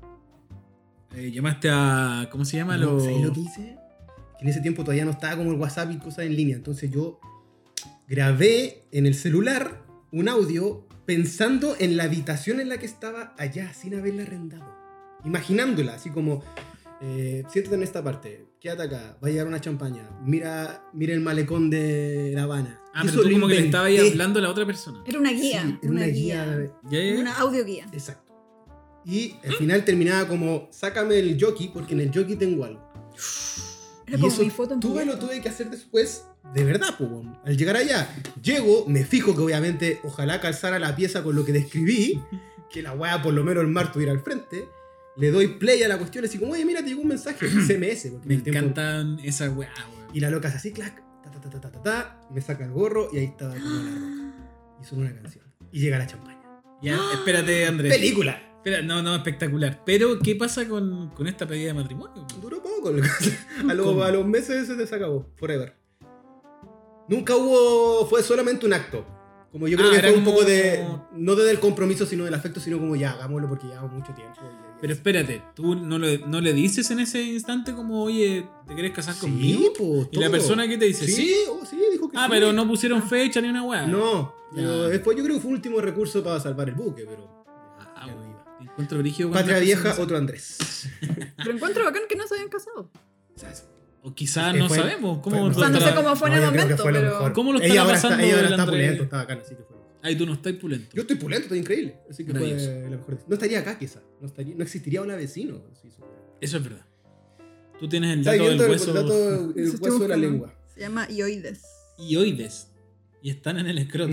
Eh, llamaste a. ¿Cómo se llama? No, Lo- ¿sabes lo que hice? Que en ese tiempo todavía no estaba como el WhatsApp y cosas en línea. Entonces yo grabé en el celular un audio pensando en la habitación en la que estaba allá, sin haberla arrendado. Imaginándola, así como, eh, siéntate en esta parte, quédate acá, va a llegar una champaña, mira, mira el malecón de La Habana. Ah, Eso pero tú lo como que le estabas ahí inventé. hablando a la otra persona. Era una Sí, guía. era una guía. Ya, ya, ya. Una audio guía. Exacto. Y al final terminaba como, sácame el jockey, porque en el jockey tengo algo. Era Y como eso mi foto en tu tuve, lo vida. tuve que hacer después, de verdad, pues, weón. Al llegar allá, llego, me fijo que obviamente ojalá calzara la pieza con lo que describí, que la weá por lo menos el mar estuviera al frente. Le doy play a la cuestión, así como, oye, mira, te llegó un mensaje, C M S. Porque Me en el tiempo- encantan esas weas, weón. Y la loca hace así, clac, ta, ta, ta, ta, ta, ta, ta, me saca el gorro y ahí estaba como la roca. Y suena una canción. Y llega la champaña. Ya, espérate, Andrés. ¡Película! Espera, no, no, espectacular. Pero, ¿qué pasa con, con esta pedida de matrimonio? Duró poco. A, lo- ¿Cómo? a los meses se desacabó. Forever. Nunca hubo. Fue solamente un acto. Como yo creo Ah, que era fue un como- poco de. No desde el compromiso, sino del afecto, sino como ya, hagámoslo porque llevamos mucho tiempo. y- Pero espérate, ¿tú no le, no le dices en ese instante como, oye, ¿te quieres casar Sí, conmigo? pues. ¿Y la todo. persona que te dice? Sí, ¿Sí? oh, sí, dijo que Ah, sí. pero no pusieron fecha ni una wea. No, pero Ya. después yo creo que fue un último recurso para salvar el buque, pero. Ah, ya no bueno. iba. Encuentro brígido cuando Patria las vieja, personas- otro Andrés. Pero encuentro bacán que no se habían casado. ¿Sabes? O quizás Eh, no fue- sabemos. ¿Cómo, fue- O sea, no sé cómo fue en el yo creo que momento, fue lo pero- mejor. ¿Cómo lo ella estará ahora pasando está, ella ahora la está entrega? pulento, está bacán, así que fue. Ay, tú no estás pulento. Yo estoy pulento, estoy increíble. Así que Maravilloso. fue la mejor. No estaría acá, quizás. No, estaría, no existiría un vecino. Sí, sí. Eso es verdad. Tú tienes el Está dato del viendo el, hueso el dato, el Eso estoy hueso de la buscando. lengua. Se llama ioides. ioides. Y están en el escroto.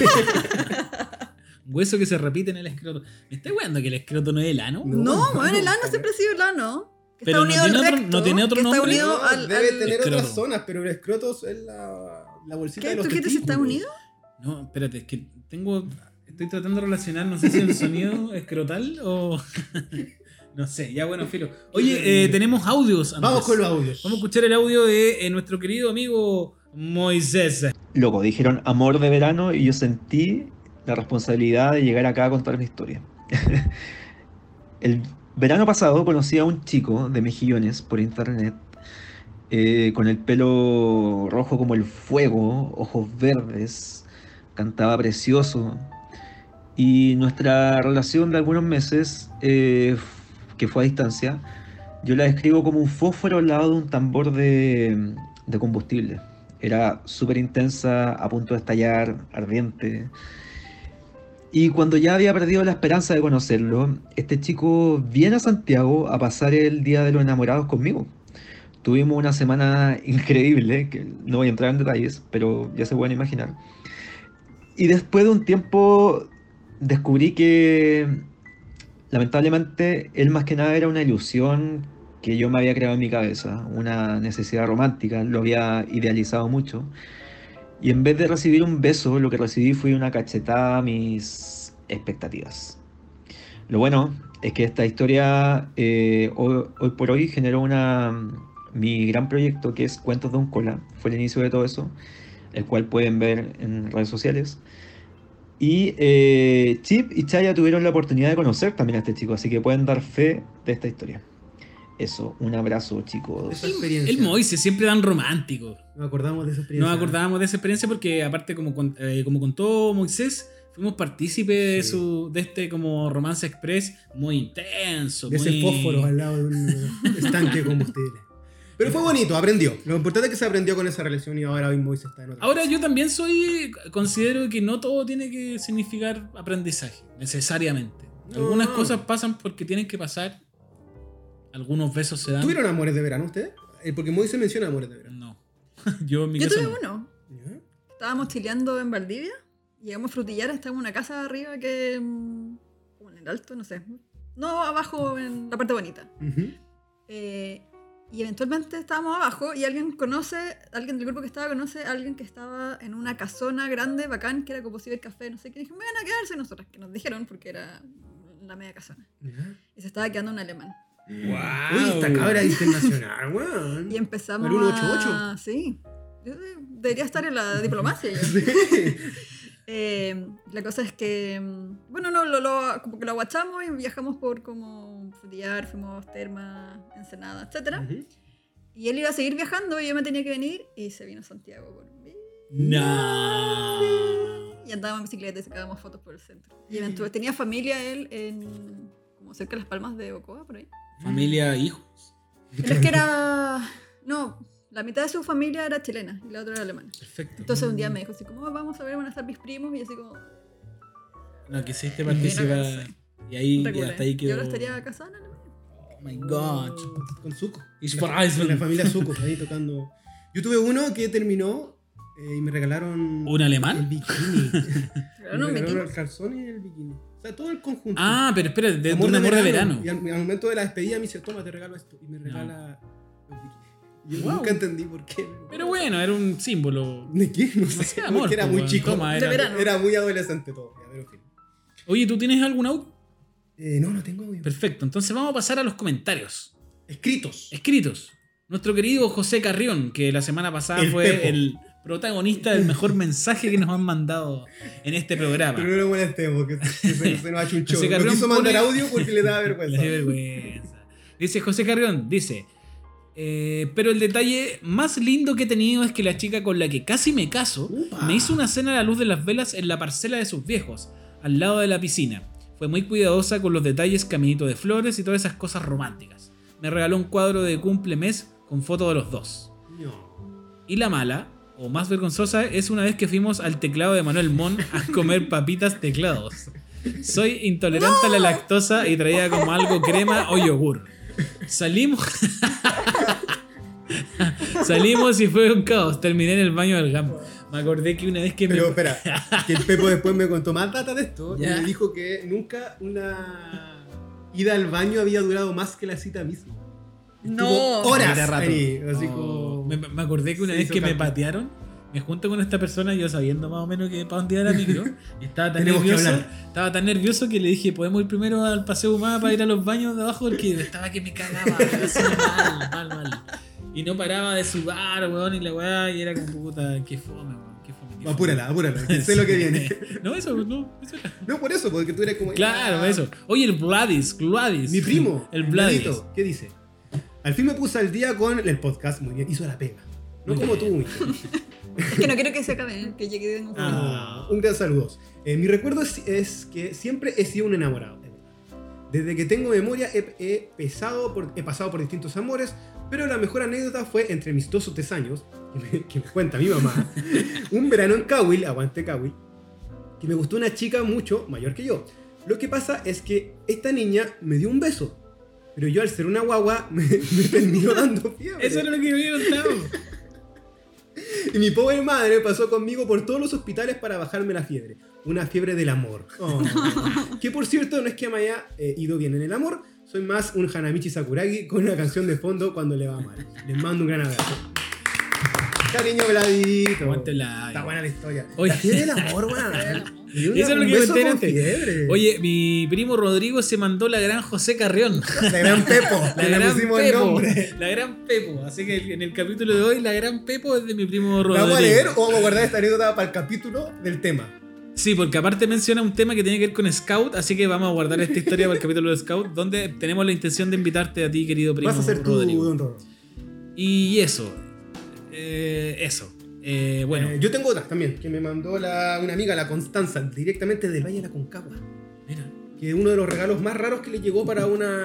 Un hueso que se repite en el escroto. ¿Me estás weando que el escroto no es el ano? No, No, no, bueno, el ano no. siempre ha sido el ano. Que Pero está no unido al tiene otro- recto. no tiene otro que está nombre. unido No, al. debe al- tener escroto. otras zonas, pero el escroto es la, la bolsita ¿Qué? de los ¿Tú dijiste si está testículos. unido? No, espérate, es que tengo. Estoy tratando de relacionar, no sé si el sonido escrotal o. No sé, ya bueno, filo. Oye, eh, tenemos audios. Andrés. Vamos con los audios. Vamos a escuchar el audio de eh, nuestro querido amigo Moisés. Loco, dijeron amor de verano y yo sentí la responsabilidad de llegar acá a contar mi historia. El verano pasado conocí a un chico de Mejillones por internet, eh, con el pelo rojo como el fuego, ojos verdes, cantaba precioso. Y nuestra relación de algunos meses, eh, que fue a distancia, yo la describo como un fósforo al lado de un tambor de, de combustible. Era súper intensa, a punto de estallar, ardiente. Y cuando ya había perdido la esperanza de conocerlo, este chico viene a Santiago a pasar el Día de los Enamorados conmigo. Tuvimos una semana increíble, que no voy a entrar en detalles, pero ya se pueden imaginar. Y después de un tiempo descubrí que lamentablemente él más que nada era una ilusión que yo me había creado en mi cabeza, una necesidad romántica, lo había idealizado mucho. Y en vez de recibir un beso, lo que recibí fue una cachetada a mis expectativas. Lo bueno es que esta historia eh, hoy, hoy por hoy generó una, mi gran proyecto, que es Cuentos de un Cola. Fue el inicio de todo eso, el cual pueden ver en redes sociales. Y eh, Chip y Chaya tuvieron la oportunidad de conocer también a este chico, así que pueden dar fe de esta historia. Eso, un abrazo, chicos. Esa experiencia. El Moisés siempre tan romántico. Nos acordamos de esa experiencia. Nos acordábamos de esa experiencia porque, aparte, como, con- eh, como contó Moisés, fuimos partícipes de, Sí. su, de este como romance express muy intenso. De ese muy... fósforo al lado de un estanque de combustible. Pero fue bonito, aprendió. Lo importante es que se aprendió con esa relación y ahora hoy Moisés está en otra. Ahora yo también soy, considero que no todo tiene que significar aprendizaje, necesariamente. No. Algunas cosas pasan porque tienen que pasar. Algunos besos se dan. ¿Tuvieron amores de verano ustedes? Eh, Porque Moisés menciona amores de verano. No. Yo en mi Yo caso tuve no. uno. ¿Ya? Estábamos chileando en Valdivia. Llegamos a Frutillar, estábamos en una casa arriba que. mm, como en el alto, no sé. No abajo en la parte bonita. Ujú. Eh, y eventualmente estábamos abajo y alguien conoce, alguien del grupo que estaba conoce a alguien que estaba en una casona grande, bacán, que era como cibercafé, no sé qué. Y dije, me van a quedarse nosotras, que nos dijeron porque era la media casona. ¿Ya? Y se estaba quedando un alemán. Wow. Uy, esta cabra es internacional, weón. Y empezamos ¿El ciento ochenta y a... Sí. Yo de- debería estar en la diplomacia. yo. Sí. Eh, la cosa es que, mm, bueno, no, lo, lo- como que lo aguachamos y viajamos por como Frutillar, fuimos Terma, Ensenada, etcétera. Ujú. Y él iba a seguir viajando y yo me tenía que venir y se vino a Santiago por mí. No. Y andábamos en bicicleta y sacábamos fotos por el centro. Y eventualmente tenía familia él en como cerca de las Palmas de Ocoa, por ahí. Familia, hijos. Él es que era... No, la mitad de su familia era chilena y la otra era alemana. Perfecto. Entonces un día me dijo así como, "Oh, vamos a ver, van a estar mis primos", y así como... No quisiste Y no participar. alcancé. Y ahí reculé. hasta ahí Yo quedó. ahora estaría casada en Alemania. Oh my god. Con Zuko. Ich La- weiß, con la man. familia Zuko, ahí tocando. Yo tuve uno que terminó eh, y me regalaron. ¿Un alemán? El bikini. Pero me no me regalaron el calzón y el bikini. O sea, todo el conjunto. Ah, pero espera, de, de Amor un amor de verano. Y al, al momento de la despedida me dice, toma, te regalo esto. Y me regala el bikini. Yo Wow. nunca entendí por qué. Pero bueno, era un símbolo. ¿De qué? No No sé. sé, amor. porque era pues, muy weón. chico. Toma, De era- verano. Era muy adolescente todo. Ya, pero en fin. Oye, ¿tú tienes algún audio? Eh, no, no tengo. Bien. Perfecto, entonces vamos a pasar a los comentarios. Escritos. Escritos. Nuestro querido José Carrión, que la semana pasada El fue Pepo. el protagonista del mejor mensaje que nos han mandado en este programa. Pero no lo molestemos, que, que se, se nos ha hecho un show. José No Carrión quiso mandar pone- audio porque le daba Le vergüenza. da vergüenza. Dice José Carrión, dice, eh, pero el detalle más lindo que he tenido es que la chica con la que casi me caso Upa. me hizo una cena a la luz de las velas en la parcela de sus viejos, al lado de la piscina. Fue muy cuidadosa con los detalles, caminito de flores y todas esas cosas románticas. Me regaló un cuadro de cumple mes con fotos de los dos. No. Y la mala, o más vergonzosa, es una vez que fuimos al teclado de Manuel Mon a comer papitas teclados. Soy intolerante a la lactosa y traía como algo crema o yogur. Salimos... Salimos y fue un caos. Terminé en el baño del G A M. Me acordé que una vez que Pero me... espera, que el Pepo después me contó más data de esto Ya. y me dijo que nunca una ida al baño había durado más que la cita misma. No. Estuvo horas Era rato. ahí, así Oh, como... me, me acordé que una Se vez hizo que me calma. patearon, me junto con esta persona, yo sabiendo más o menos que para dónde iba la micro, y estaba tan Tenemos que nervioso, hablar. estaba tan nervioso que le dije, ¿podemos ir primero al paseo humano para ir a los baños de abajo? Porque estaba que me cagaba, así mal, mal, mal. Y no paraba de sudar, weón, y la weá, y era como puta, qué fome, weón, qué fome. qué fome. Apúrala, apúrala, que sé lo que viene. No, eso, no, eso era. No, por eso, porque tú eres como... Claro, Ah, eso. Oye, el Vladis, Vladis. Mi primo, El Vladis. Vladito, ¿qué dice? Al fin me puse al día con el podcast, muy bien, hizo la pega. No Muy como bien. tú, Michelle. Es que no quiero que se acabe, que llegue de nuevo. Ah. Un gran saludo. Eh, mi recuerdo es, es que siempre he sido un enamorado. Desde que tengo memoria he, he, pesado por, he pasado por distintos amores, pero la mejor anécdota fue entre mis dos o tres años, que me, que me cuenta mi mamá, un verano en Cahuil, aguante Cahuil, que me gustó una chica mucho mayor que yo. Lo que pasa es que esta niña me dio un beso, pero yo al ser una guagua me, me terminó dando fiebre. Eso era lo que me había contado. Y mi pobre madre pasó conmigo por todos los hospitales para bajarme la fiebre. Una fiebre del amor. Oh. Que por cierto, no es que me haya eh, ido bien en el amor. Soy más un Hanamichi Sakuragi con una canción de fondo cuando le va mal. Les mando un gran abrazo. Cariño, Vladito. Aguante la- Está buena la historia. Oye. La fiebre del amor, weón. Y una- Eso es lo un que beso conté con antes. fiebre. Oye, mi primo Rodrigo se mandó la gran José Carrión. La gran Pepo. La que le gran pusimos el Pepo. nombre. La gran Pepo. Así que en el capítulo de hoy, la gran Pepo es de mi primo ¿La Rodrigo. vamos a leer o vamos a guardar esta anécdota para el capítulo del tema? Sí, porque aparte menciona un tema que tiene que ver con Scout, así que vamos a guardar esta historia para el capítulo de Scout, donde tenemos la intención de invitarte a ti, querido primo Vas a ser tú, Rodrigo. Don Roro. Y eso. Eh, eso. Eh, bueno. Eh, yo tengo otra también, que me mandó la, una amiga, la Constanza, directamente del Valle de la Concagua. Mira. Que uno de los regalos más raros que le llegó para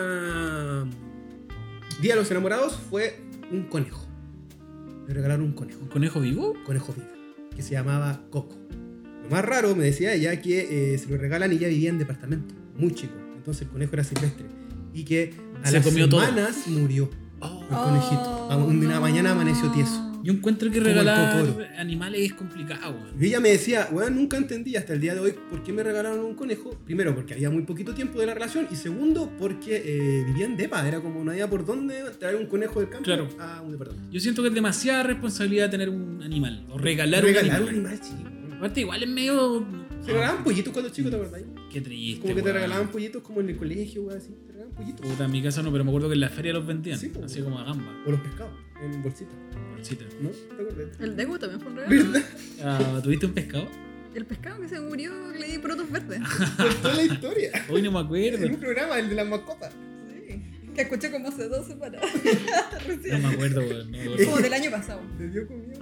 una Día de los Enamorados fue un conejo. Le regalaron un conejo, ¿Un conejo vivo? un conejo vivo, que se llamaba Coco. Lo más raro, me decía ella, que eh, se lo regalan y ya vivía en departamento, muy chico. Entonces el conejo era silvestre. Y que a Se las comió todo. semanas murió Oh. el conejito. A una mañana amaneció tieso. Yo encuentro que Como el regalar cocoro. animales es complicado. weón. Y ella me decía, weón, nunca entendí hasta el día de hoy por qué me regalaron un conejo. Primero, porque había muy poquito tiempo de la relación. Y segundo, porque eh, vivía en depa. Era como no había por dónde traer un conejo del campo Claro. a un departamento. Yo siento que es demasiada responsabilidad tener un animal. O regalar, Regalar un un animal. animal, sí. Aparte, igual es medio. Se regalaban pollitos cuando chicos, ¿te acordás? Qué triste. Como que te weón. regalaban pollitos como en el colegio, weón, así. Te regalaban pollitos. Puta, en mi casa no, pero me acuerdo que en la feria los vendían. Sí, po. así como a gamba. O los pescados, en bolsitas. Bolsita. ¿No? ¿Te acordás? El Degu también fue un regalo. ¿Verdad? Ah, ¿Tuviste un pescado? El pescado que se murió, le di frutos verdes. Contó la historia. Hoy no me acuerdo. En un programa, el de las mascotas. Sí. Que escuché como hace dos semanas. No Recién. me acuerdo, weón. no me acuerdo. Como del año pasado. Le dio comida.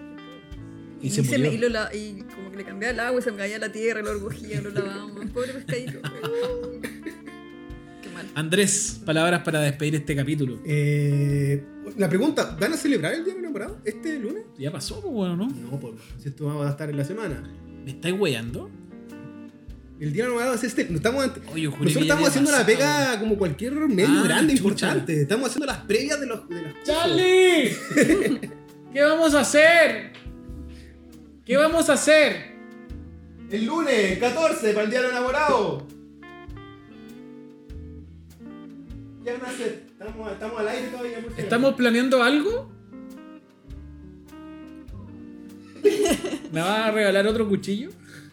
Y se me- murió. y, lo la- y como que le cambiaba el agua y se me caía la tierra, lo recogía, lo lavábamos. Pobre pescadito. Qué mal. Andrés, palabras para despedir este capítulo. Eh, la pregunta, ¿van a celebrar el Día del Enamorado este lunes? Ya pasó, pues bueno, ¿no? No, por si esto vamos a estar en la semana. ¿Me estáis weyando? El Día del Enamorado es este. No estamos ante- Oye, juré Nosotros que ya estamos había haciendo la pasado. pega como cualquier medio Ah, grande, chucha. importante. Estamos haciendo las previas de los. De las cosas. ¡Charlie! ¿Qué vamos a hacer? ¿Qué vamos a hacer? El lunes, catorce, para el Día del Enamorado. ¿Qué van a hacer? Estamos, estamos al aire todavía. por si acaso. ¿Estamos planeando algo? ¿Me vas a regalar otro cuchillo?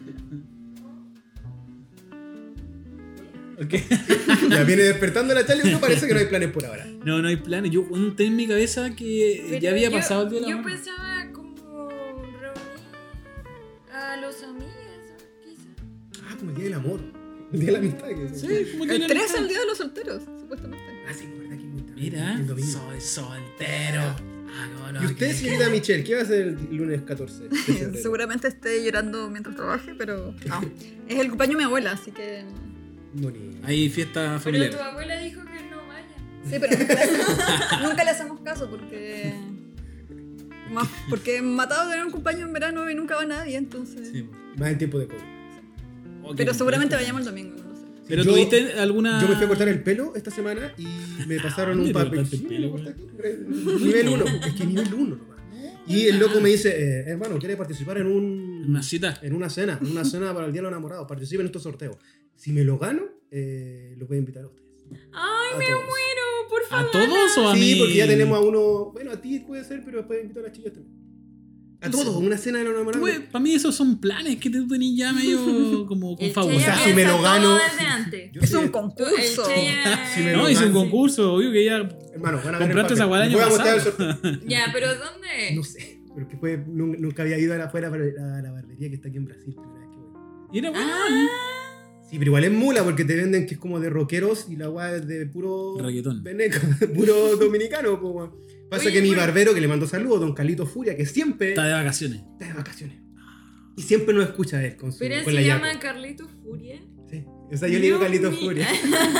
Ok. Ya viene despertando la charla y no parece que no hay planes por ahora. No, no hay planes. Yo bueno, tengo en mi cabeza que Pero ya había yo- pasado el día de la Yo mamá. pensaba como reunir a los amigos, quizás. Ah, como el Día del Amor. El Día de la Amistad. Que Sí, como que El la tres es amistad. el día de los solteros, supuestamente. Ah, sí, verdad que es muy tarde. Mira, El domingo. soy soltero. Ah, no, no, ¿Y usted, que- señorita Michelle, qué va a hacer el lunes catorce de febrero? Seguramente esté llorando mientras trabaje, pero no. Es el cumpleaños de mi abuela, así que. Bonito. Hay fiesta Pero tu familiar. abuela dijo que no vaya. Sí, pero nunca le hacemos, nunca le hacemos caso porque. Más porque matado tener un compañero en verano y nunca va nadie, entonces. Sí. Más en tiempo de COVID. Oh, Pero qué seguramente complejo. vayamos el domingo, no sé. ¿Pero Yo- tuviste alguna...? Yo me fui a cortar el pelo esta semana y me pasaron un ¿Dónde te papel. cortaste el Sí, pelo, me corté aquí, nivel uno, es que nivel uno nomás. Y el loco me dice, eh, hermano, ¿quiere participar en un ¿Una cita? en una cena, en una cena para el Día de los Enamorados? Participe en estos sorteos. Si me lo gano, eh, los voy a invitar a ustedes. Ay, A me todos. muero, por favor. ¿A todos o a mí? Sí, porque ya tenemos a uno, bueno, a ti puede ser, pero después invito a las chicas también. A todos, una cena de los enamorados. Para mí esos son planes que tú tenés ya medio como El confabular. O sea, Cheya si me lo piensa gano- todo desde antes. Yo Es soy- un concurso. El Cheya, Si me No, lo hice un gano. concurso, obvio que ya... Hermano, van a ver el Compraste esa papel. guada el año Voy a mostrar el pasado. sorteo. Ya, pero ¿dónde? No sé, porque fue, nun- nunca había ido a la, afuera a la barbería que está aquí en Brasil. Primera vez que voy. Y era bueno. Ah, Sí, pero igual es mula porque te venden que es como de rockeros y la guay es de puro. Reggaetón. veneco, puro dominicano. Po, weón. Pasa Oye, que mi güey. barbero, que le mando saludos, don Carlito Furia, que siempre Está de vacaciones. está de vacaciones. Y siempre nos escucha él con su pero con se la llama yaco. Carlito Furia. Sí. O sea, yo le digo Dios Carlito mío. Furia.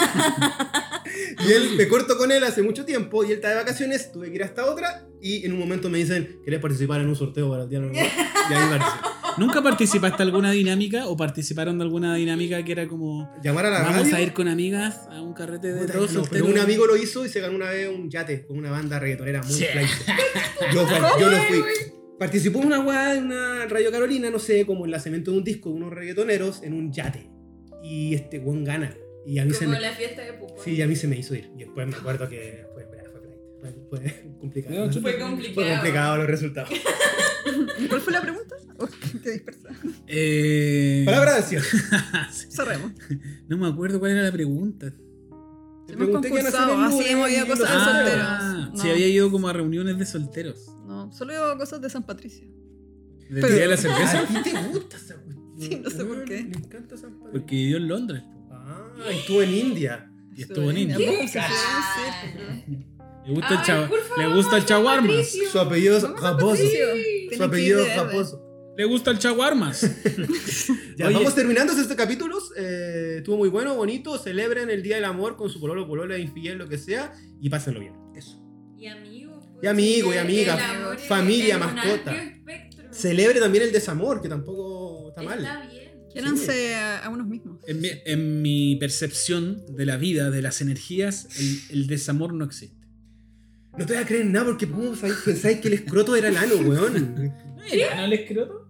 Y él, me corto con él hace mucho tiempo y él está de vacaciones, tuve que ir hasta otra y en un momento me dicen, ¿querés participar en un sorteo para el Día Normal? Y ahí participé. ¿Nunca participaste en alguna dinámica o participaron de alguna dinámica que era como... Llamar a la Vamos radio. a ir con amigas a un carrete de Puta, todos no, pero solteros? un amigo lo hizo y se ganó una vez un yate con una banda reggaetonera muy Sí. flight. Yo, yo no fui. Participó en una weá en una Radio Carolina, no sé, como el lanzamiento de un disco de unos reggaetoneros en un yate. Y este weón gana. Y a mí se Como me. la fiesta de Pupo. Sí, y a mí se me hizo ir. Y después me acuerdo que fue, fue flight. Fue, fue complicado. No, Fue complicado. Fue complicado los resultados. ¿Cuál fue la pregunta? Oh, qué dispersa. Eh... Palabra de cierre. Cerremos. No me acuerdo cuál era la pregunta. Te Hemos pregunté qué iban a hacer concursado, el así lunes hemos ido a y cosas lo de sacaron. solteros. Ah, No. sí, había ido como a reuniones de solteros. No, solo digo cosas de San Patricio. ¿De Pero- día de la ¿A cerveza? ti te gusta esa cuestión? Sí, no sé por Weón, qué. Me encanta San Padre. Porque vivió en Londres. Ah, y estuvo en India. Y estuvo en Sí, India. me puedo decir, sí, Le gusta el, Ay, cha- por favor, le gusta el San chaguarmas. Patricio. Su apellido es Vamos a San Japoso. Patricio. Sí. Tienen Su que apellido ir es de verde. Japoso. Le gusta el chaguarmas. Ya, Oye. vamos terminando este capítulo. Eh, estuvo muy bueno, bonito. Celebren el Día del Amor con su pololo, polola, infiel, lo que sea. Y pásenlo bien. Eso. Y amigos. pues, Y amigos, sí, y amigas, el amor es- familia, es un mascota. amplio espectro. Celebre también el desamor, que tampoco está mal. Está bien. Quiéranse a, a unos mismos. En mi, en mi percepción de la vida, de las energías, el, el desamor no existe. No te voy a creer nada porque ¿cómo sabéis- pensáis que el escroto era el ano, weón? ¿No era no el escroto?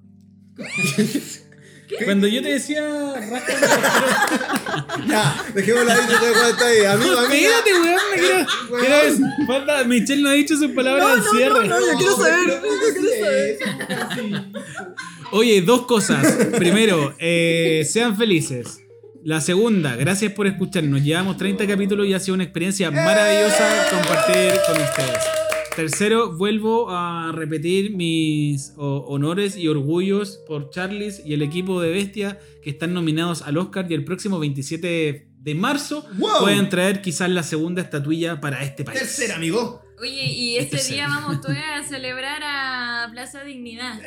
Cuando yo te decía rasca Ya, dejémoslo ahí, no te cuenta ahí. Amigo, amiga. Espérate, weón, me quiero, Weón. quiero decir- falta, Michelle no ha dicho sus palabras No, al no, cierre. no, no, yo quiero saber, no, yo quiero no, saber. sí. Oye, dos cosas. Primero, eh, sean felices. La segunda, gracias por escucharnos. Llevamos treinta capítulos y ha sido una experiencia maravillosa compartir con ustedes. Tercero, vuelvo a repetir mis o- honores y orgullos por Charlies y el equipo de Bestia que están nominados al Oscar y el próximo veintisiete de marzo Wow. pueden traer quizás la segunda estatuilla para este país. Tercera, amigo. Oye, y este Este día es el- vamos todos a celebrar a Plaza Dignidad.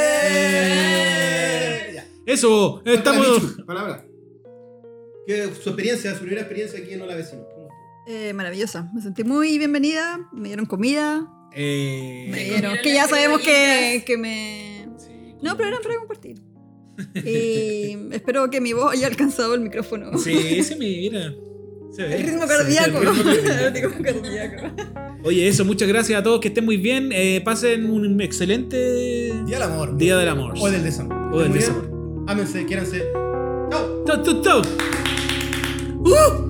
¡Eh! Ya. Eso, estamos... Michu, palabra. ¿Qué, su experiencia, su primera experiencia aquí en Hola Vecino? ¿Cómo estuvo? Eh, maravillosa. Me sentí muy bienvenida. Me dieron comida. Eh, Me Me dieron. comieron Que ya las sabemos que, cebollitas. que me. sí, No, pero eran para compartir. Y espero que mi voz haya alcanzado el micrófono. Sí, se mira. Se ve. El ritmo cardíaco. el ritmo El ritmo cardíaco. Oye, eso, muchas gracias a todos, que estén muy bien. Eh, pasen un excelente Día del amor. Día del amor. O del desamor. O del Muy bien. desamor. Ámense, quiéranse. ¡Chao! ¡Chau, chau, chau! ¡Uh!